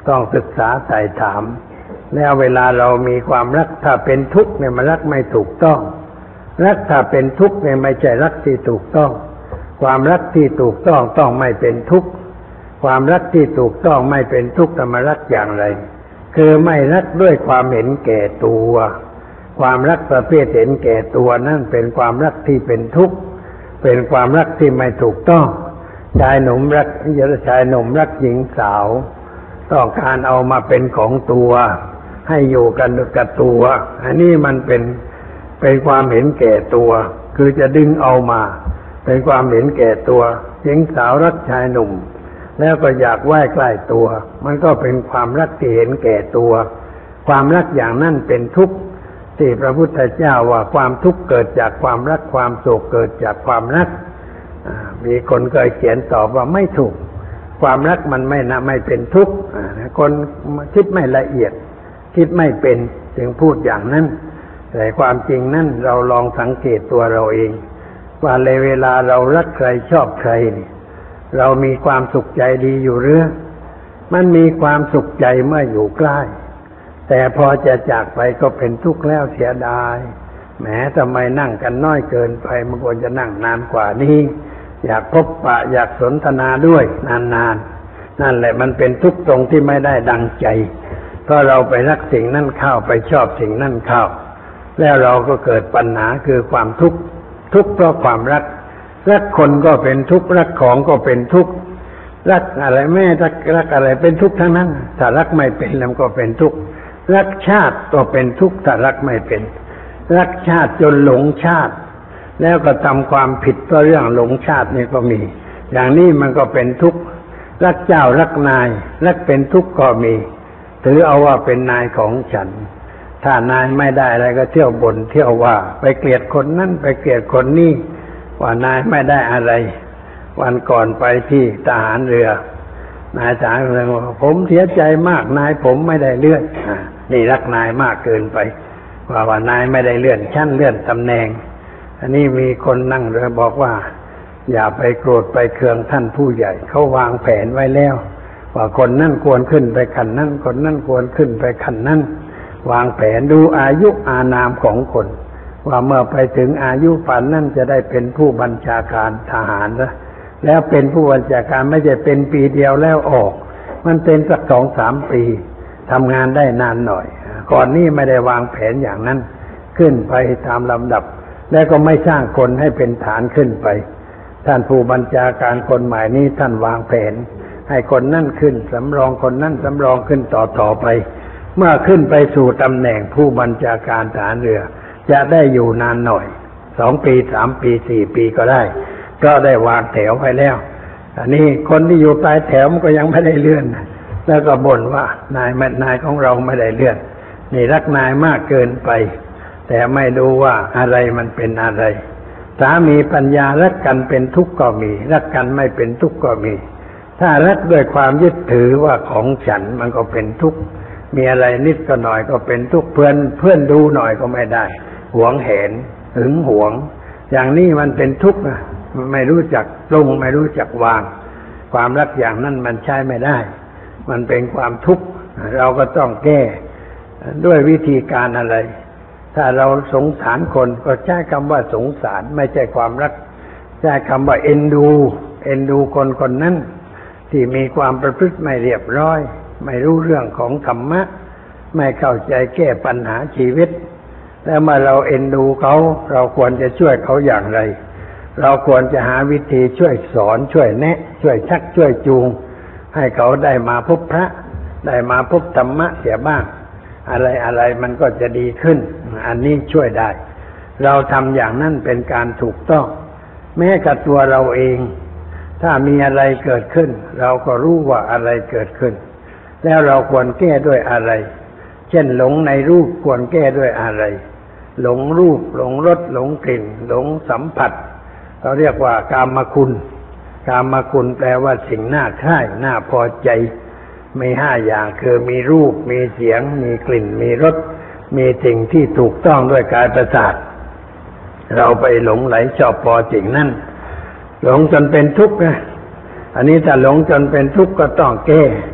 ต้องศึกษาไต่ถามแล้วเวลาเรามีความรักถ้าเป็นทุกข์เนี่ยมันรักไม่ถูกต้องรักถ้าเป็นทุกข์เนี่ยไม่ใช่รักที่ถูกต้องความรักที่ถูกต้องต้องไม่เป็นทุกข์ความรักที่ถูกต้องไม่เป็นทุกข์แต่มารักอย่างไรคือไม่รักด้วยความเห็นแก่ตัวความรักประเภทเห็นแก่ตัวนั่นเป็นความรักที่เป็นทุกข์เป็นความรักที่ไม่ถูกต้องชายหนุ่มรักหญิงสาวต้องการเอามาเป็นของตัวให้อยู่กันกับตัวอันนี้มันเป็นความเห็นแก่ตัวคือจะดึงเอามาเป็นความเห็นแก่ตัวหญิงสาวรักชายหนุ่มแล้วก็อยากไหว้ใกล้ตัวมันก็เป็นความรักที่เห็นแก่ตัวความรักอย่างนั้นเป็นทุกข์ที่พระพุทธเจ้าว่าความทุกข์เกิดจากความรักความโศกเกิดจากความรักมีคนเคยเขียนตอบว่าไม่ถูกความรักมันไม่เป็นทุกข์คนคิดไม่ละเอียดคิดไม่เป็นจึงพูดอย่างนั้นแต่ความจริงนั้นเราลองสังเกตตัวเราเองว่าในเวลาเรารักใครชอบใครนี่เรามีความสุขใจดีอยู่หรือมันมีความสุขใจเมื่ออยู่ใกล้แต่พอจะจากไปก็เป็นทุกข์แล้วเสียดายแหมทำไมนั่งกันน้อยเกินไปมันควรจะนั่งนานกว่านี้อยากพบปะอยากสนทนาด้วยนานๆนั่นแหละมันเป็นทุกข์ตรงที่ไม่ได้ดังใจเพราะเราไปรักสิ่งนั้นเข้าไปชอบสิ่งนั้นเข้าแล้วเราก็เกิดปัญหาคือความทุกข์เพราะความรักคนก็เป็นทุกข์รักของก็เป็นทุกข์รักอะไรแม่รักอะไรเป็นทุกข์ทั้งนั้นถ้ารักไม่เป็นแล้วก็เป็นทุกข์รักชาติก็เป็นทุกข์ถ้ารักไม่เป็นรักชาติจนหลงชาติแล้วก็ทำความผิดเพราะเรื่องหลงชาตินี่ก็มีอย่างนี้มันก็เป็นทุกข์รักเจ้ารักนายรักเป็นทุกข์ก็มีถือเอาว่าเป็นนายของฉันถ้านายไม่ได้อะไรก็เที่ยวบ่นเที่ยวว่าไปเกลียดคนนั้นไปเกลียดคนนี้ว่านายไม่ได้อะไรวันก่อนไปที่ทหารเรือนายทหารเรือบอกผมเสียใจมากนายผมไม่ได้เลื่อนนี่รักนายมากเกินไปว่านายไม่ได้เลื่อนชั้นเลื่อนตำแหน่งอันนี้มีคนนั่งเรือบอกว่าอย่าไปโกรธไปเคืองท่านผู้ใหญ่เขาวางแผนไว้แล้วว่าคนนั่นควรขึ้นไปขั้นนั้นคนนั่นควรขึ้นไปขั้นนั้นวางแผนดูอายุอานามของคนว่าเมื่อไปถึงอายุป่านนั้นจะได้เป็นผู้บัญชาการทหารแล้วเป็นผู้บัญชาการไม่ใช่เป็นปีเดียวแล้วออกมันเป็นสัก 2-3 ปีทำงานได้นานหน่อยก่อนนี้ไม่ได้วางแผนอย่างนั้นขึ้นไปตามลำดับแล้วก็ไม่สร้างคนให้เป็นฐานขึ้นไปท่านผู้บัญชาการคนใหม่นี้ท่านวางแผนให้คนนั่นขึ้นสำรองคนนั่นสำรองขึ้นต่อไปเมื่อขึ้นไปสู่ตำแหน่งผู้บัญชาการทหารเรือจะได้อยู่นานหน่อย2 ปี 3 ปี 4 ปีก็ได้ก็ได้วางแถวไว้แล้วอันนี้คนที่อยู่ปลายแถวมันก็ยังไม่ได้เลื่อนแล้วก็บ่นว่านายของเราไม่ได้เลื่อนนี่รักนายมากเกินไปแต่ไม่ดูว่าอะไรมันเป็นอะไรสามีปัญญารักกันเป็นทุกข์ก็มีรักกันไม่เป็นทุกข์ก็มีถ้ารักด้วยความยึดถือว่าของฉันมันก็เป็นทุกข์มีอะไรนิดก็หน่อยก็เป็นทุกข์เพื่อนดูหน่อยก็ไม่ได้หวงแหนหึงหวงอย่างนี้มันเป็นทุกข์ไม่รู้จักปรุงไม่รู้จักวางความรักอย่างนั้นมันใช้ไม่ได้มันเป็นความทุกข์เราก็ต้องแก้ด้วยวิธีการอะไรถ้าเราสงสารคนก็ใช้คำว่าสงสารไม่ใช่ความรักใช้คำว่าเอ็นดูคนนั้นที่มีความประพฤติไม่เรียบร้อยไม่รู้เรื่องของธรรมะไม่เข้าใจแก้ปัญหาชีวิตแล้วเมื่อเราเอ็นดูเขาเราควรจะช่วยเขาอย่างไรเราควรจะหาวิธีช่วยสอนช่วยแนะช่วยชักช่วยจูงให้เขาได้มาพบพระได้มาพบธรรมะเสียบ้างอะไรมันก็จะดีขึ้นอันนี้ช่วยได้เราทำอย่างนั้นเป็นการถูกต้องแม้กับตัวเราเองถ้ามีอะไรเกิดขึ้นเราก็รู้ว่าอะไรเกิดขึ้นแล้วเราควรแก้ด้วยอะไรเช่นหลงในรูปควรแก้ด้วยอะไรหลงรูปหลงรสหลงกลิ่นหลงสัมผัสเราเรียกว่ากามคุณแปลว่าสิ่งน่าใคร่น่าพอใจมี5 อย่างคือมีรูปมีเสียงมีกลิ่นมีรสมีสิ่งที่ถูกต้องด้วยกายประสาทเราไปหลงไหลชอบพอสิ่งนั้นหลงจนเป็นทุกข์นะอันนี้ถ้าหลงจนเป็นทุกข์ก็ต้องแก้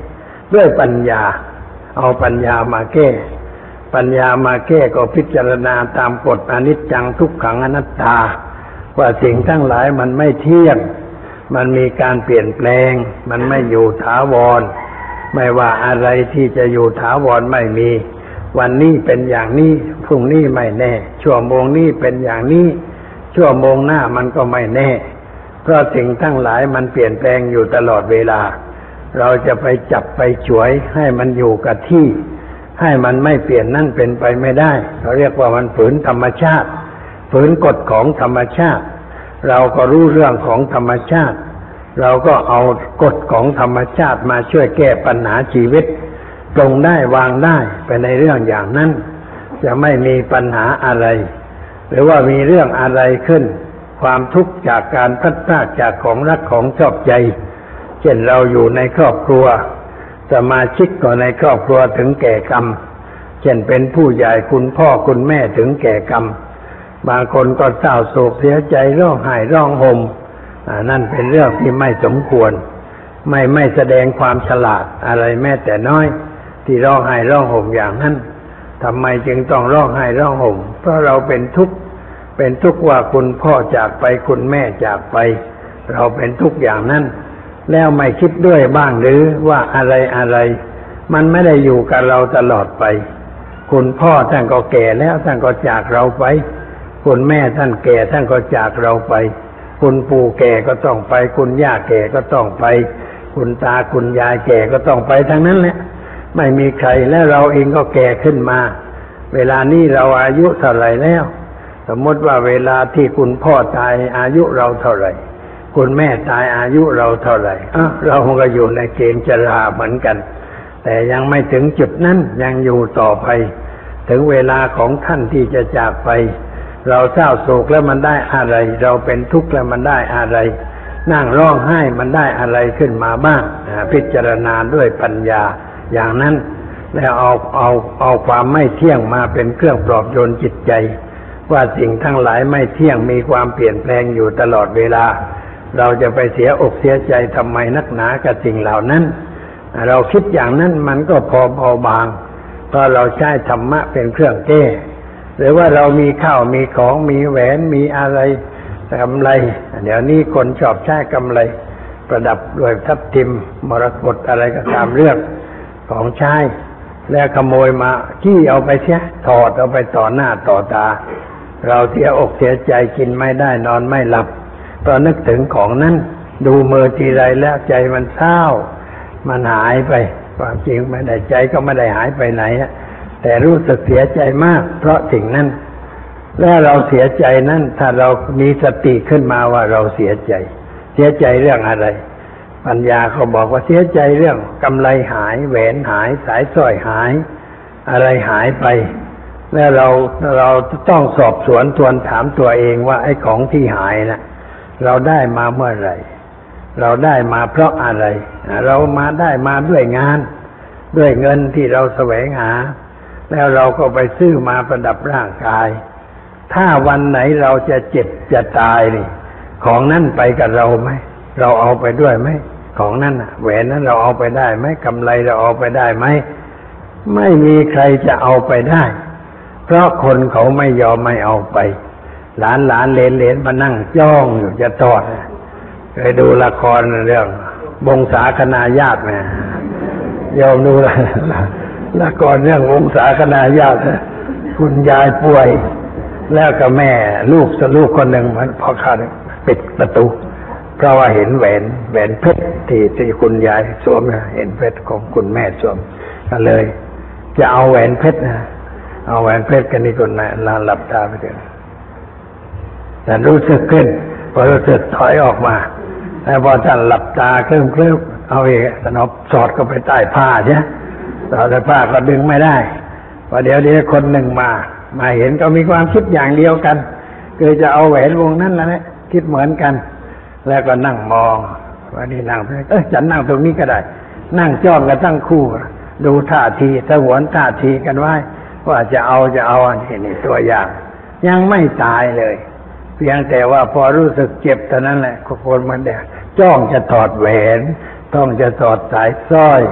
ด้วยปัญญาเอาปัญญามาแก้ปัญญามาแก้ก็พิจารณาตามกฎอนิจจังทุกขังอนัตตาว่าสิ่งทั้งหลายมันไม่เที่ยงมันมีการเปลี่ยนแปลงมันไม่อยู่ถาวรไม่ว่าอะไรที่จะอยู่ถาวรไม่มีวันนี้เป็นอย่างนี้พรุ่งนี้ไม่แน่ชั่วโมงนี้เป็นอย่างนี้ชั่วโมงหน้ามันก็ไม่แน่เพราะสิ่งทั้งหลายมันเปลี่ยนแปลงอยู่ตลอดเวลาเราจะไปจับไปฉวยให้มันอยู่กับที่ให้มันไม่เปลี่ยนนั่นเป็นไปไม่ได้เราเรียกว่ามันฝืนธรรมชาติฝืนกฎของธรรมชาติเราก็รู้เรื่องของธรรมชาติเราก็เอากฎของธรรมชาติมาช่วยแก้ปัญหาชีวิตปรงได้วางได้ไปในเรื่องอย่างนั้นจะไม่มีปัญหาอะไรหรือว่ามีเรื่องอะไรขึ้นความทุกข์จากการพลัดพรากจากของรักของชอบใจเช่นเราอยู่ในครอบครัวสมาชิกก็ในครอบครัวถึงแก่กรรมเช่นเป็นผู้ใหญ่คุณพ่อคุณแม่ถึงแก่กรรมบางคนก็เศร้าโศกเสียใจร้องไห้ร้องห่มนั่นเป็นเรื่องที่ไม่สมควรไม่แสดงความฉลาดอะไรแม้แต่น้อยที่ร้องไห้ร้องห่มอย่างนั้นทำไมจึงต้องร้องไห้ร้องห่มเพราะเราเป็นทุกข์ว่าคุณพ่อจากไปคุณแม่จากไปเราเป็นทุกข์อย่างนั้นแล้วไม่คิดด้วยบ้างหรือว่าอะไรมันไม่ได้อยู่กับเราตลอดไปคุณพ่อท่านก็แก่แล้วท่านก็จากเราไปคุณแม่ท่านแก่ท่านก็จากเราไปคุณปู่แก่ก็ต้องไปคุณย่าแก่ก็ต้องไปคุณตาคุณยายแก่ก็ต้องไปทั้งนั้นแหละไม่มีใครแล้วเราเองก็แก่ขึ้นมาเวลานี้เราอายุเท่าไหร่แล้วสมมติว่าเวลาที่คุณพ่อตายอายุเราเท่าไหร่คุณแม่ตายอายุเราเท่าไหร่เราก็อยู่ในเกณฑ์ชราเหมือนกันแต่ยังไม่ถึงจุดนั้นยังอยู่ต่อไปถึงเวลาของท่านที่จะจากไปเราเศร้าโศกแล้วมันได้อะไรเราเป็นทุกข์แล้วมันได้อะไรนั่งร้องไห้มันได้อะไรขึ้นมาบ้างพิจารณาด้วยปัญญาอย่างนั้นแล้วเอาความไม่เที่ยงมาเป็นเครื่องปลอบโยนจิตใจว่าสิ่งทั้งหลายไม่เที่ยงมีความเปลี่ยนแปลงอยู่ตลอดเวลาเราจะไปเสียอกเสียใจทำไมนักหนากับสิ่งเหล่านั้นเราคิดอย่างนั้นมันก็พอเบาเพราะเราใช้ธรรมะเป็นเครื่องแก้หรือว่าเรามีข้าวมีของมีแหวนมีอะไรกำไรเดี๋ยวนี้คนชอบใช้กำไรประดับด้วยทับทิมมรกตอะไรก็ตามเรื่องของใช้แล้วขโมยมาขี้เอาไปเสียถอดเอาไปต่อหน้าต่อตาเราเสียอกเสียใจกินไม่ได้นอนไม่หลับเพราะนึกถึงของนั้นดูมือทีไรแล้วใจมันเศร้ามันหายไปความจริงไม่ได้ใจก็ไม่ได้หายไปไหนแต่รู้สึกเสียใจมากเพราะสิ่งนั้นแล้วเราเสียใจนั้นถ้าเรามีสติขึ้นมาว่าเราเสียใจเรื่องอะไรปัญญาเขาบอกว่าเสียใจเรื่องกำไรหายแหวนหายสายสร้อยหายอะไรหายไปแล้วเราต้องสอบสวนทวนถามตัวเองว่าไอ้ของที่หายนะเราได้มาเมื่อไหร่เราได้มาเพราะอะไรเราได้มาด้วยงานด้วยเงินที่เราแสวงหาแล้วเราก็ไปซื้อมาประดับร่างกายถ้าวันไหนเราจะเจ็บจะตายนี่ของนั้นไปกับเราไหมเราเอาไปด้วยไหมของนั้นแหวนนั้นเราเอาไปได้ไหมกำไรเราเอาไปได้ไหมไม่มีใครจะเอาไปได้เพราะคนเขาไม่ยอมไม่เอาไปหลานเลนมานั่งจ้องอยู่จะทอดเคยดูละครเรื่องวงศาคณาญาติไหมยอมดูละครเรื่องวงศาคณาญาติคุณยายป่วยแล้วก็แม่ลูกคนหนึ่งมันพอขาดปิดประตูเพราะว่าเห็นแหวนเพชรที่คุณยายสวมเห็นเพชรของคุณแม่สวมก็เลยจะเอาแหวนเพชรเอาแหวนเพชรกันนี่คนน่ะหลับตาไปเถอะแต่รู้สึกขึ้นพอรู้สึกถอยออกมาแต่พอท่านหลับตาเคลิ้มเอาเองสนบสอดเข้าไปใต้ผ้าใช่สอดใต้ผ้าก็ดึงไม่ได้พอเดี๋ยวคนหนึ่งมาเห็นก็มีความคิดอย่างเดียวกันคือจะเอาแหวนวงนั้นแล้วเนี่ยคิดเหมือนกันแล้วก็นั่งมองว่านี่นั่งฉันนั่งตรงนี้ก็ได้นั่งจ้องกันทั้งคู่ดูท่าทีสงวนท่าทีกันไว้ว่าจะเอานี่ตัวอย่างยังไม่ตายเลยเพียงแต่ว่าพอรู้สึกเจ็บเท่านั้นแหละคนมันจ้องจะถอดแหวนต้องจะถอดสายสร้อย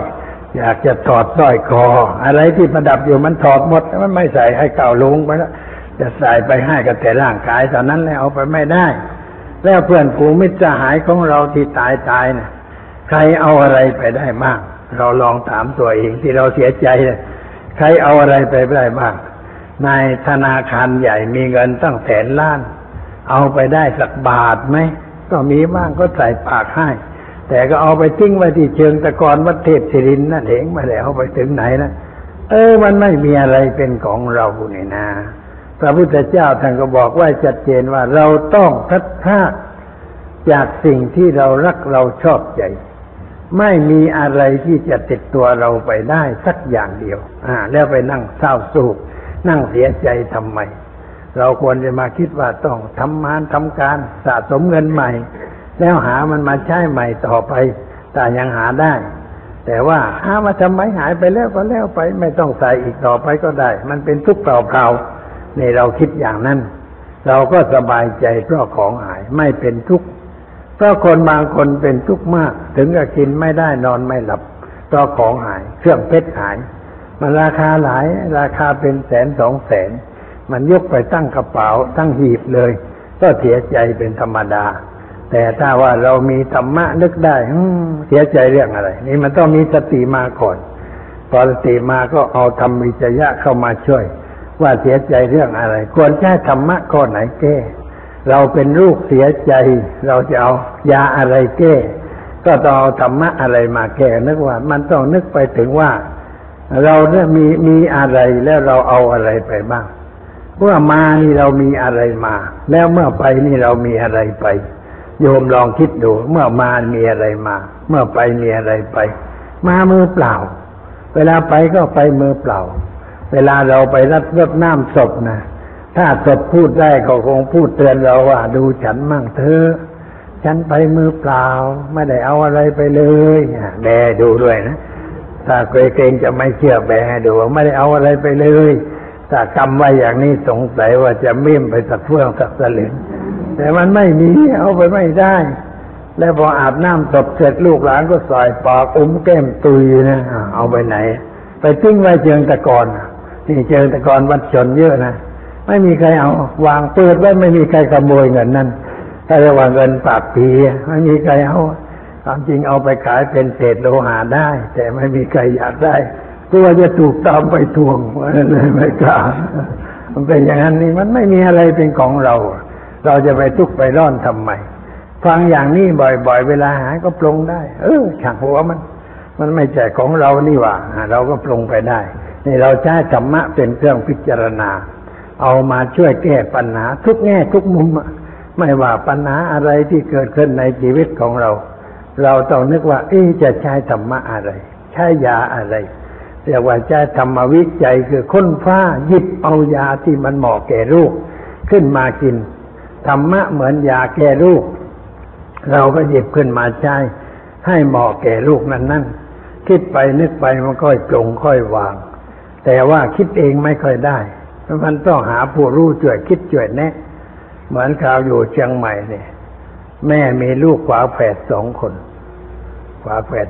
อยากจะถอดสร้อยคออะไรที่ประดับอยู่มันถอดหมดมันไม่ใส่ให้เก่าลุงไปแล้วจะใส่ไปให้กับแต่ร่างกายตอนนั้นแล้วเอาไปไม่ได้แล้วเพื่อนฝูงมิตรสหายของเราที่ตายนะใครเอาอะไรไปได้บ้างเราลองถามตัวเองที่เราเสียใจใครเอาอะไรไปได้บ้างในธนาคารใหญ่มีเงินตั้งแสนล้านเอาไปได้สักบาทไหมก็มีบ้างก็ใส่ปากให้แต่ก็เอาไปทิ้งไว้ที่เชิงตะกอนวัดเทพศิรินทร์นั่นเองไม่ได้เอาไปถึงไหนนะมันไม่มีอะไรเป็นของเรานี่นะพระพุทธเจ้าท่านก็บอกไว้ชัดเจนว่าเราต้องพลัดพรากจากสิ่งที่เรารักเราชอบใจไม่มีอะไรที่จะติดตัวเราไปได้สักอย่างเดียวแล้วไปนั่งเศร้าโศกนั่งเสียใจทำไมเราควรจะมาคิดว่าต้องทำงานทำการสะสมเงินใหม่แล้วหามันมาใช้ใหม่ต่อไปแต่ยังหาได้แต่ว่าหามาทำไมหายไปแล้วก็แล้วไปไม่ต้องใส่อีกต่อไปก็ได้มันเป็นทุกข์เปล่าๆนี่เราคิดอย่างนั้นเราก็สบายใจเพราะของหายไม่เป็นทุกข์เพราะคนบางคนเป็นทุกข์มากถึงกับกินไม่ได้นอนไม่หลับเพราะของหายเครื่องเพชรหายมันราคาหลายราคาเป็นแสนสองแสนมันยกไปตั้งกระเป๋าตั้งหีบเลยก็เสียใจเป็นธรรมดาแต่ถ้าว่าเรามีธรรมะนึกได้เสียใจเรื่องอะไรนี่มันต้องมีสติมาก่อนพอสติมาก็เอาธรรมวิจยะเข้ามาช่วยว่าเสียใจเรื่องอะไรควรใช้ธรรมะข้อไหนแก้เราเป็นลูกเสียใจเราจะเอายาอะไรแก้ก็ต้องเอาธรรมะอะไรมาแก้นึกว่ามันต้องนึกไปถึงว่าเราเนี่ยมีอะไรแล้วเราเอาอะไรไปบ้างเมื่อมานี่เรามีอะไรมาแล้วเมื่อไปนี่เรามีอะไรไปโยมลองคิดดูเมื่อมามีอะไรมาเมื่อไปมีอะไรไปมามือเปล่าเวลาไปก็ไปมือเปล่าเวลาเราไปรดน้ำศพนะถ้าศพพูดได้ก็คงพูดเตือนเราว่าดูฉันมั่งเถอะฉันไปมือเปล่าไม่ได้เอาอะไรไปเลยแบดูด้วยนะถ้าเกรงจะไม่เชื่อแบดูไม่ได้เอาอะไรไปเลยถ้ากำไว้อย่างนี้สงสัยว่าจะเมี่ยมไปสักเฟื่องสักสลึงแต่มันไม่มีเอาไปไม่ได้แล้วพออาบน้ำศพเสร็จลูกหลานก็ใส่ปากแก้มตุยนะเอาไปไหนไปทิ้งไว้เชิงตะกอนที่เชิงตะกอนวัดชนเยอะนะไม่มีใครเอาวางเปิดไว้ไม่มีใครขโมยเงินนั่นถ้าเรียกว่าเงินปากผีไม่มีใครเอาความจริงเอาไปขายเป็นเศษโลหะได้แต่ไม่มีใครอยากได้กลัวจะถูกตามไปทวงเลยไม่กล้ามันเป็นอย่างนั้นนี่มันไม่มีอะไรเป็นของเราเราจะไปทุกข์ไปร้อนทำไมฟังอย่างนี้บ่อยๆเวลาหายก็ปลงได้ช่างหัวมันไม่ใช่ของเรานี่หว่าเราก็ปลงไปได้นี่เราใช้ธรรมะเป็นเครื่องพิจารณาเอามาช่วยแก้ปัญหาทุกแง่ทุกมุมไม่ว่าปัญหาอะไรที่เกิดขึ้นในชีวิตของเราเราต้องนึกว่าจะใช้ธรรมะอะไรใช้ยาอะไรเรียกว่าใช้ธรรมวิจัยคือค้นคว้าหยิบเอายาที่มันเหมาะแก่โรคขึ้นมากินธรรมะเหมือนยาแก้โรคเราก็หยิบขึ้นมาใช้ให้เหมาะแก่โรคนั้นๆคิดไปนึกไปมันค่อยปลงค่อยวางแต่ว่าคิดเองไม่ค่อยได้มันต้องหาผู้รู้ช่วยคิดช่วยแนะเหมือนข่าวอยู่เชียงใหม่เนี่ยแม่มีลูกฝาแฝด2 คนฝาแฝด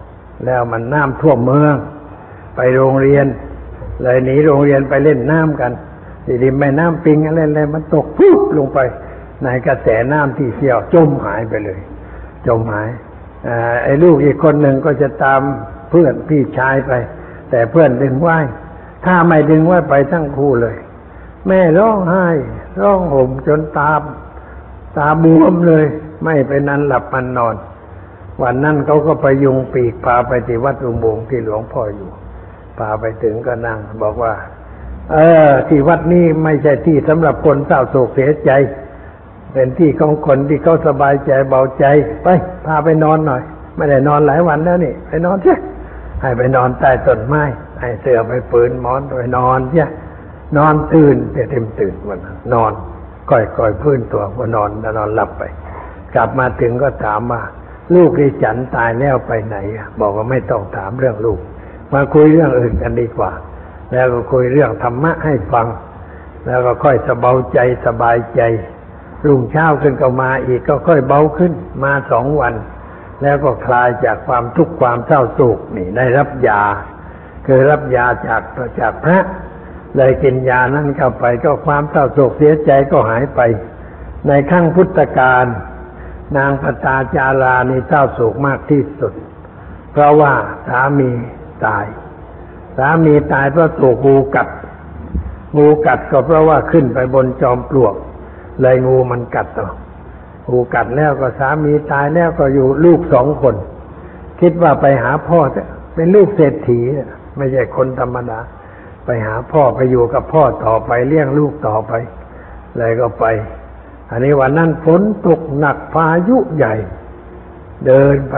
2แล้วมันน้ำท่วมเมืองไปโรงเรียนเลยหนีโรงเรียนไปเล่นน้ำกันริมแม่น้ำปิงอะไรมันตกปุ๊บลงไปในกระแสน้ำที่เชี่ยวจมหายไปเลยจมหายไอ้ลูกอีกคนหนึ่งก็จะตามเพื่อนพี่ชายไปแต่เพื่อนดึงไว้ถ้าไม่ดึงไว้ไปทั้งคู่เลยแม่ร้องไห้ร้องห่มจนตาบวมเลยไม่ไปนั้นหลับมันนอนวันนั้นเขาก็ไปยุงปีกพาไปที่วัดอุโมงค์ที่หลวงพ่ออยู่พาไปถึงก็นั่งบอกว่าที่วัดนี้ไม่ใช่ที่สำหรับคนเศร้าโศกเสียใจเป็นที่ของคนที่เขาสบายใจเบาใจไปพาไปนอนหน่อยไม่ได้นอนหลายวันแล้วนี่ไปนอนเถอะให้ไปนอนใต้ต้นไม้ให้เสื่อไปปืนหมอนไปนอนเถอะนอนตื่นแต่เต็มตื่นวันนั้นนอนก่อยพื้นตัวว่านอนแล้วนอนหลับไปกลับมาถึงก็ถามว่าลูกดิฉันตายแล้วไปไหนบอกว่าไม่ต้องถามเรื่องลูกมาคุยเรื่องอื่นกันดีกว่าแล้วก็คุยเรื่องธรรมะให้ฟังแล้วก็ค่อยสบายใจสบายใจรุ่งเช้าขึ้นก็มาอีกก็ค่อยเบาขึ้นมา2 วันแล้วก็คลายจากความทุกข์ความเศร้าโศกนี่ได้รับยาคือรับยาจากพระเลยกินยานั้นเข้าไปก็ความเศร้าโศกเสียใจก็หายไปในครั้งพุทธกาลนางปตาจารานี่เศร้าโศกมากที่สุดเพราะว่าสามีตายเพราะถูกงูกัดก็เพราะว่าขึ้นไปบนจอมปลวกเลยงูมันกัดงูกัดแล้วก็สามีตายแล้วก็อยู่ลูก2 คนคิดว่าไปหาพ่อเป็นลูกเศรษฐีไม่ใช่คนธรรมดาไปหาพ่อไปอยู่กับพ่อต่อไปเลี้ยงลูกต่อไปเลยก็ไปอันนี้วันนั้นฝนตกหนักพายุใหญ่เดินไป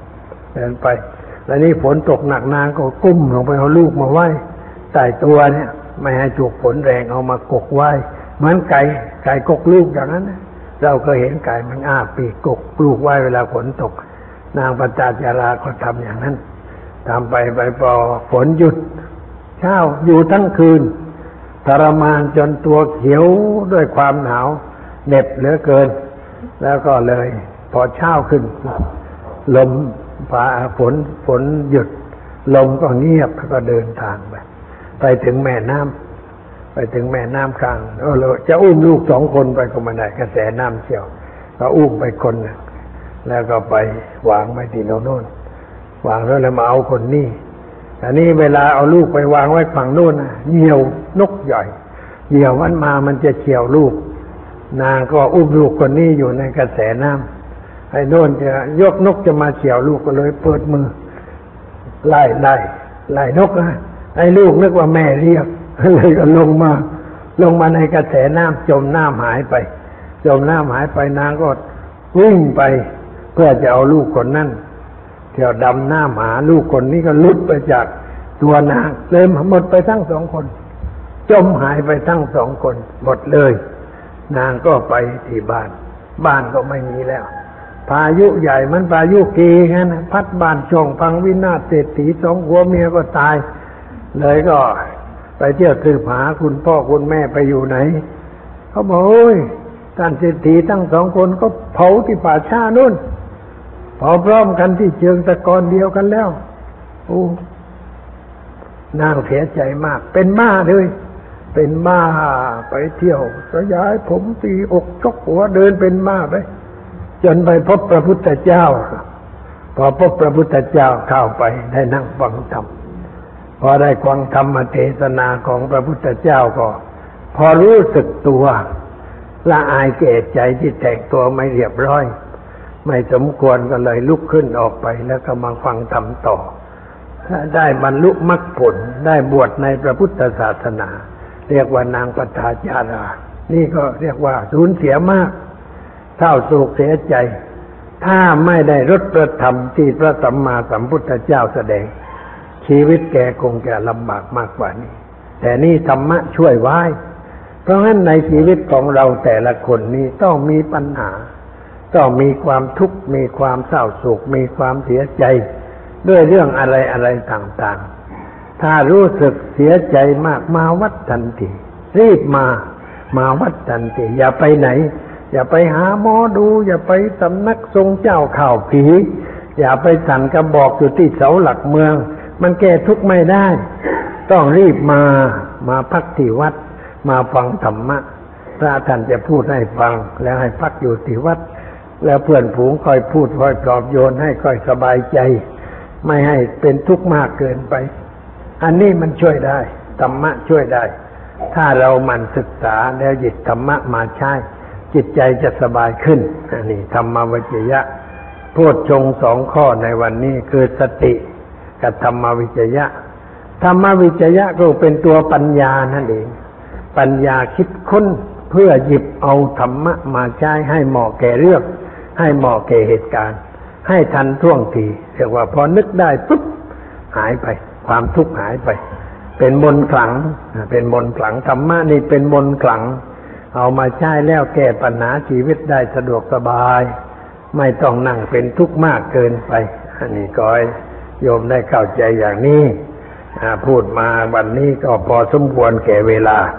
แล้วนี่ฝนตกหนักนางก็ก้มลงไปเอาลูกมาไว้ใต้ตัวเนี่ยไม่ให้ถูกฝนแรงเอามากกไว้เหมือนไก่กกลูกอย่างนั้นเราก็เห็นไก่มันอ้าปีกกลูกไว้เวลาฝนตกนางปตาจาราก็ทำอย่างนั้นทำไปพอฝนหยุดเช้าอยู่ทั้งคืนทรมานจนตัวเขียวด้วยความหนาวเหน็บเหลือเกินแล้วก็เลยพอเช้าขึ้นลมฟ้าฝนหยุดลมก็เงียบแล้วก็เดินทางไปถึงแม่น้ำกลางเราจะอุ้มลูก2 คนไปก็ไม่ได้กระแสน้ำเชี่ยวก็อุ้มไปคนนึงแล้วก็ไปวางไว้ที่โน่นวางแล้วมาเอาคนนี้อันนี้เวลาเอาลูกไปวางไว้ฝั่งโน้นเหยี่ยวนกใหญ่เหยี่ยวมันจะเฉี่ยวลูกนางก็อุ้มลูกคนนี้อยู่ในกระแสน้ำไอ้โน่นจะยกนกจะมาเฉี่ยวลูกก็เลยเปิดมือไล่นกไอ้ลูกนึกว่าแม่เรียกเลยก็ลงมาในกระแสน้ำจมน้ำหายไปนางก็วิ่งไปเพื่อจะเอาลูกคนนั้นเที่ยวดำน้ำหาลูกคนนี้ก็หลุดไปจากตัวนางเลยหมดไปทั้ง2 คนจมหายไปทั้ง2 คนหมดเลยนางก็ไปที่บ้านก็ไม่มีแล้วพายุใหญ่มันพายุกีงั้นพัดบ้านช่องพังวินาศเศรษฐี2 ผัวเมียก็ตายเลยก็ไปเที่ยวสืบหาคุณพ่อคุณแม่ไปอยู่ไหนเขาบอกโอ้ยท่านเศรษฐีทั้ง2 คนก็เผาที่ป่าช้านู่นเผาพร้อมกันที่เชิงตะกอนเดียวกันแล้วโอ้นางเสียใจมากเป็นบ้าเลยเป็นบ้าไปเที่ยวสยายผมตีอกชกหัวเดินเป็นบ้าไปจนไปพบพระพุทธเจ้าพอพบพระพุทธเจ้าเข้าไปได้นั่งฟังธรรมพอได้ฟังธรรมเทศนาของพระพุทธเจ้าก็พอรู้สึกตัวละอายแก่ใจที่แต่งตัวไม่เรียบร้อยไม่สมควรก็เลยลุกขึ้นออกไปแล้วก็มาฟังธรรมต่อได้บรรลุมรรคผลได้บวชในพระพุทธศาสนาเรียกว่านางปตาจารานี่ก็เรียกว่าสูญเสียมากเศร้าโศกเสียใจถ้าไม่ได้รสประธรรมที่พระสัมมาสัมพุทธเจ้าแสดงชีวิตแกคงจะลำบากมากกว่านี้แต่นี่ธรรมะช่วยไว้เพราะฉะนั้นในชีวิตของเราแต่ละคนนี้ต้องมีปัญหาต้องมีความทุกข์มีความเศร้าโศกมีความเสียใจด้วยเรื่องอะไรต่างๆถ้ารู้สึกเสียใจมากมาวัดทันทีรีบมาวัดทันทีอย่าไปไหนอย่าไปหาหมอดูอย่าไปสำนักทรงเจ้าข่าวผีอย่าไปสั่นกระบอกอยู่ที่เสาหลักเมืองมันแก้ทุกข์ไม่ได้ต้องรีบมาพักที่วัดมาฟังธรรมะพระท่านจะพูดให้ฟังแล้วให้พักอยู่ที่วัดแล้วเพื่อนฝูงคอยพูดคอยปลอบโยนให้ค่อยสบายใจไม่ให้เป็นทุกข์มากเกินไปอันนี้มันช่วยได้ธรรมะช่วยได้ถ้าเราหมั่นศึกษาแล้วหยิบธรรมะมาใช้จิตใจจะสบายขึ้นอันนี้ธรรมวิจยะโพชฌงค์2 ข้อในวันนี้คือสติกับธรรมวิจยะธรรมวิจยะก็เป็นตัวปัญญานั่นเองปัญญาคิดค้นเพื่อหยิบเอาธรรมะมาใช้ให้เหมาะแก่เรื่องให้เหมาะแก่เหตุการณ์ให้ทันท่วงทีเรียกว่าพอนึกได้ปุ๊บหายไปความทุกข์หายไปเป็นมนต์ขลังธรรมะนี่เป็นมนต์ขลังเอามาใช้แล้วแก้ปัญหาชีวิตได้สะดวกสบายไม่ต้องนั่งเป็นทุกข์มากเกินไปอันนี้ก็ให้โยมได้เข้าใจอย่างนี้พูดมาวันนี้ก็พอสมควรแก่เวลา